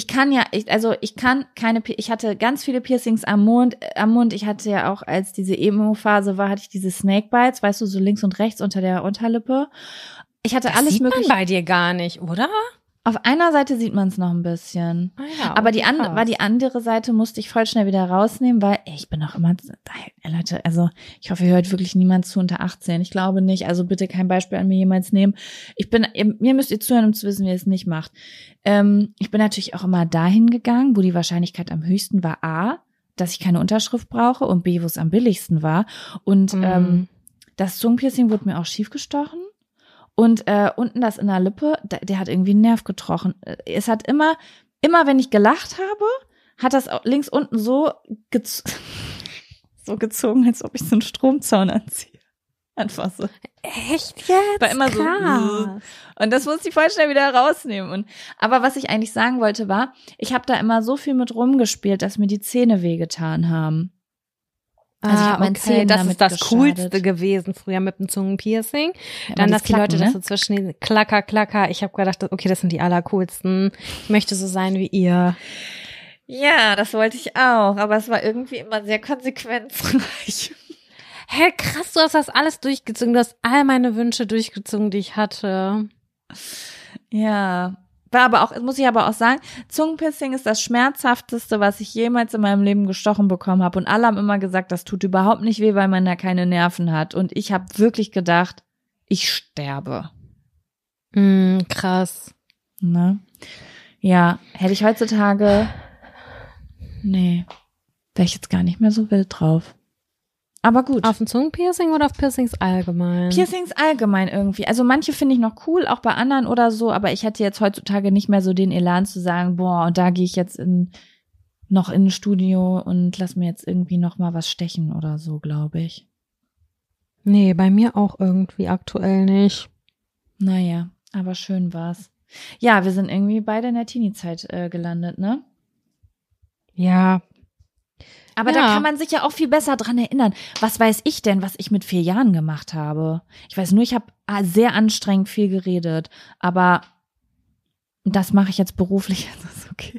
hatte ganz viele Piercings am Mund. Ich hatte ja auch, als diese Emo-Phase war, hatte ich diese Snakebites, weißt du, so links und rechts unter der Unterlippe. Ich hatte alles mögliche. Sieht man bei dir gar nicht, oder? Auf einer Seite sieht man es noch ein bisschen. Ja, aber die andere Seite musste ich voll schnell wieder rausnehmen, weil ich bin auch immer, Leute, also ich hoffe, ihr hört wirklich niemand zu unter 18. Ich glaube nicht, also bitte kein Beispiel an mir jemals nehmen. Mir müsst ihr zuhören, um zu wissen, wie ihr es nicht macht. Ich bin natürlich auch immer dahin gegangen, wo die Wahrscheinlichkeit am höchsten war, A, dass ich keine Unterschrift brauche und B, wo es am billigsten war. Und das Zungenpiercing wurde mir auch schief gestochen. Und unten das in der Lippe, der hat irgendwie einen Nerv getroffen. Es hat immer wenn ich gelacht habe, hat das links unten so gezogen, als ob ich so einen Stromzaun anziehe. Einfach so. Echt jetzt? War immer krass. So. Und das musste ich voll schnell wieder rausnehmen. Aber was ich eigentlich sagen wollte war, ich habe da immer so viel mit rumgespielt, dass mir die Zähne wehgetan haben. Also ich habe meinen Zähnen das damit ist das geschadet. Coolste gewesen früher mit dem Zungenpiercing. Ja, dann, dass die Leute das ne? so zwischen den Klacker. Ich habe gedacht, okay, das sind die allercoolsten. Ich möchte so sein wie ihr. Ja, das wollte ich auch. Aber es war irgendwie immer sehr konsequenzreich. Hey, krass, du hast das alles durchgezogen. Du hast all meine Wünsche durchgezogen, die ich hatte. Ja, Muss ich aber auch sagen, Zungenpiercing ist das Schmerzhafteste, was ich jemals in meinem Leben gestochen bekommen habe. Und alle haben immer gesagt, das tut überhaupt nicht weh, weil man da keine Nerven hat. Und ich habe wirklich gedacht, ich sterbe. Krass. Ne? Ja, hätte ich heutzutage, wäre ich jetzt gar nicht mehr so wild drauf. Aber gut. Auf ein Zungenpiercing oder auf Piercings allgemein? Piercings allgemein irgendwie. Also manche finde ich noch cool, auch bei anderen oder so, aber ich hätte jetzt heutzutage nicht mehr so den Elan zu sagen, boah, und da gehe ich jetzt noch in ein Studio und lass mir jetzt irgendwie noch mal was stechen oder so, glaube ich. Nee, bei mir auch irgendwie aktuell nicht. Naja, aber schön war's. Ja, wir sind irgendwie beide in der Teenie-Zeit gelandet, ne? Ja. Aber da kann man sich ja auch viel besser dran erinnern. Was weiß ich denn, was ich mit 4 Jahren gemacht habe? Ich weiß nur, ich habe sehr anstrengend viel geredet. Aber das mache ich jetzt beruflich, das ist okay.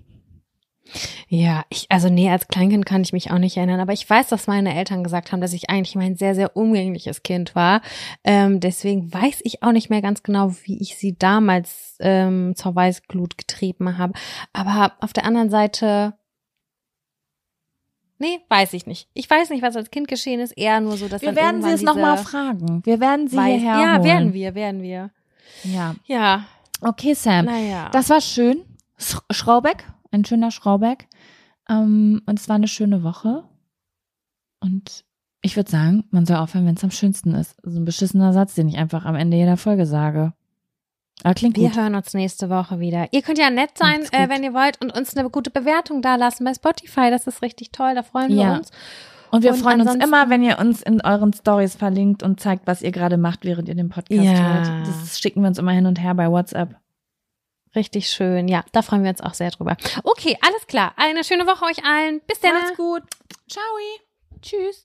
Ja, als Kleinkind kann ich mich auch nicht erinnern, aber ich weiß, dass meine Eltern gesagt haben, dass ich eigentlich mein sehr, sehr umgängliches Kind war. Deswegen weiß ich auch nicht mehr ganz genau, wie ich sie damals zur Weißglut getrieben habe. Aber auf der anderen Seite, weiß ich nicht. Ich weiß nicht, was als Kind geschehen ist, eher nur so, dass wir werden sie es nochmal fragen. Wir werden sie hierher holen. Ja, werden wir. Ja. Okay, Sam. Naja. Das war schön. Schraubeck. Ein schöner Schraubeck. Und es war eine schöne Woche. Und ich würde sagen, man soll aufhören, wenn es am schönsten ist. So ein beschissener Satz, den ich einfach am Ende jeder Folge sage. Aber klingt gut. Wir hören uns nächste Woche wieder. Ihr könnt ja nett sein, wenn ihr wollt und uns eine gute Bewertung da lassen bei Spotify. Das ist richtig toll, da freuen wir uns. Und wir freuen uns immer, wenn ihr uns in euren Stories verlinkt und zeigt, was ihr gerade macht, während ihr den Podcast hört. Das schicken wir uns immer hin und her bei WhatsApp. Richtig schön. Ja, da freuen wir uns auch sehr drüber. Okay, alles klar. Eine schöne Woche euch allen. Bis dann. Macht's gut. Ciao. Tschüss.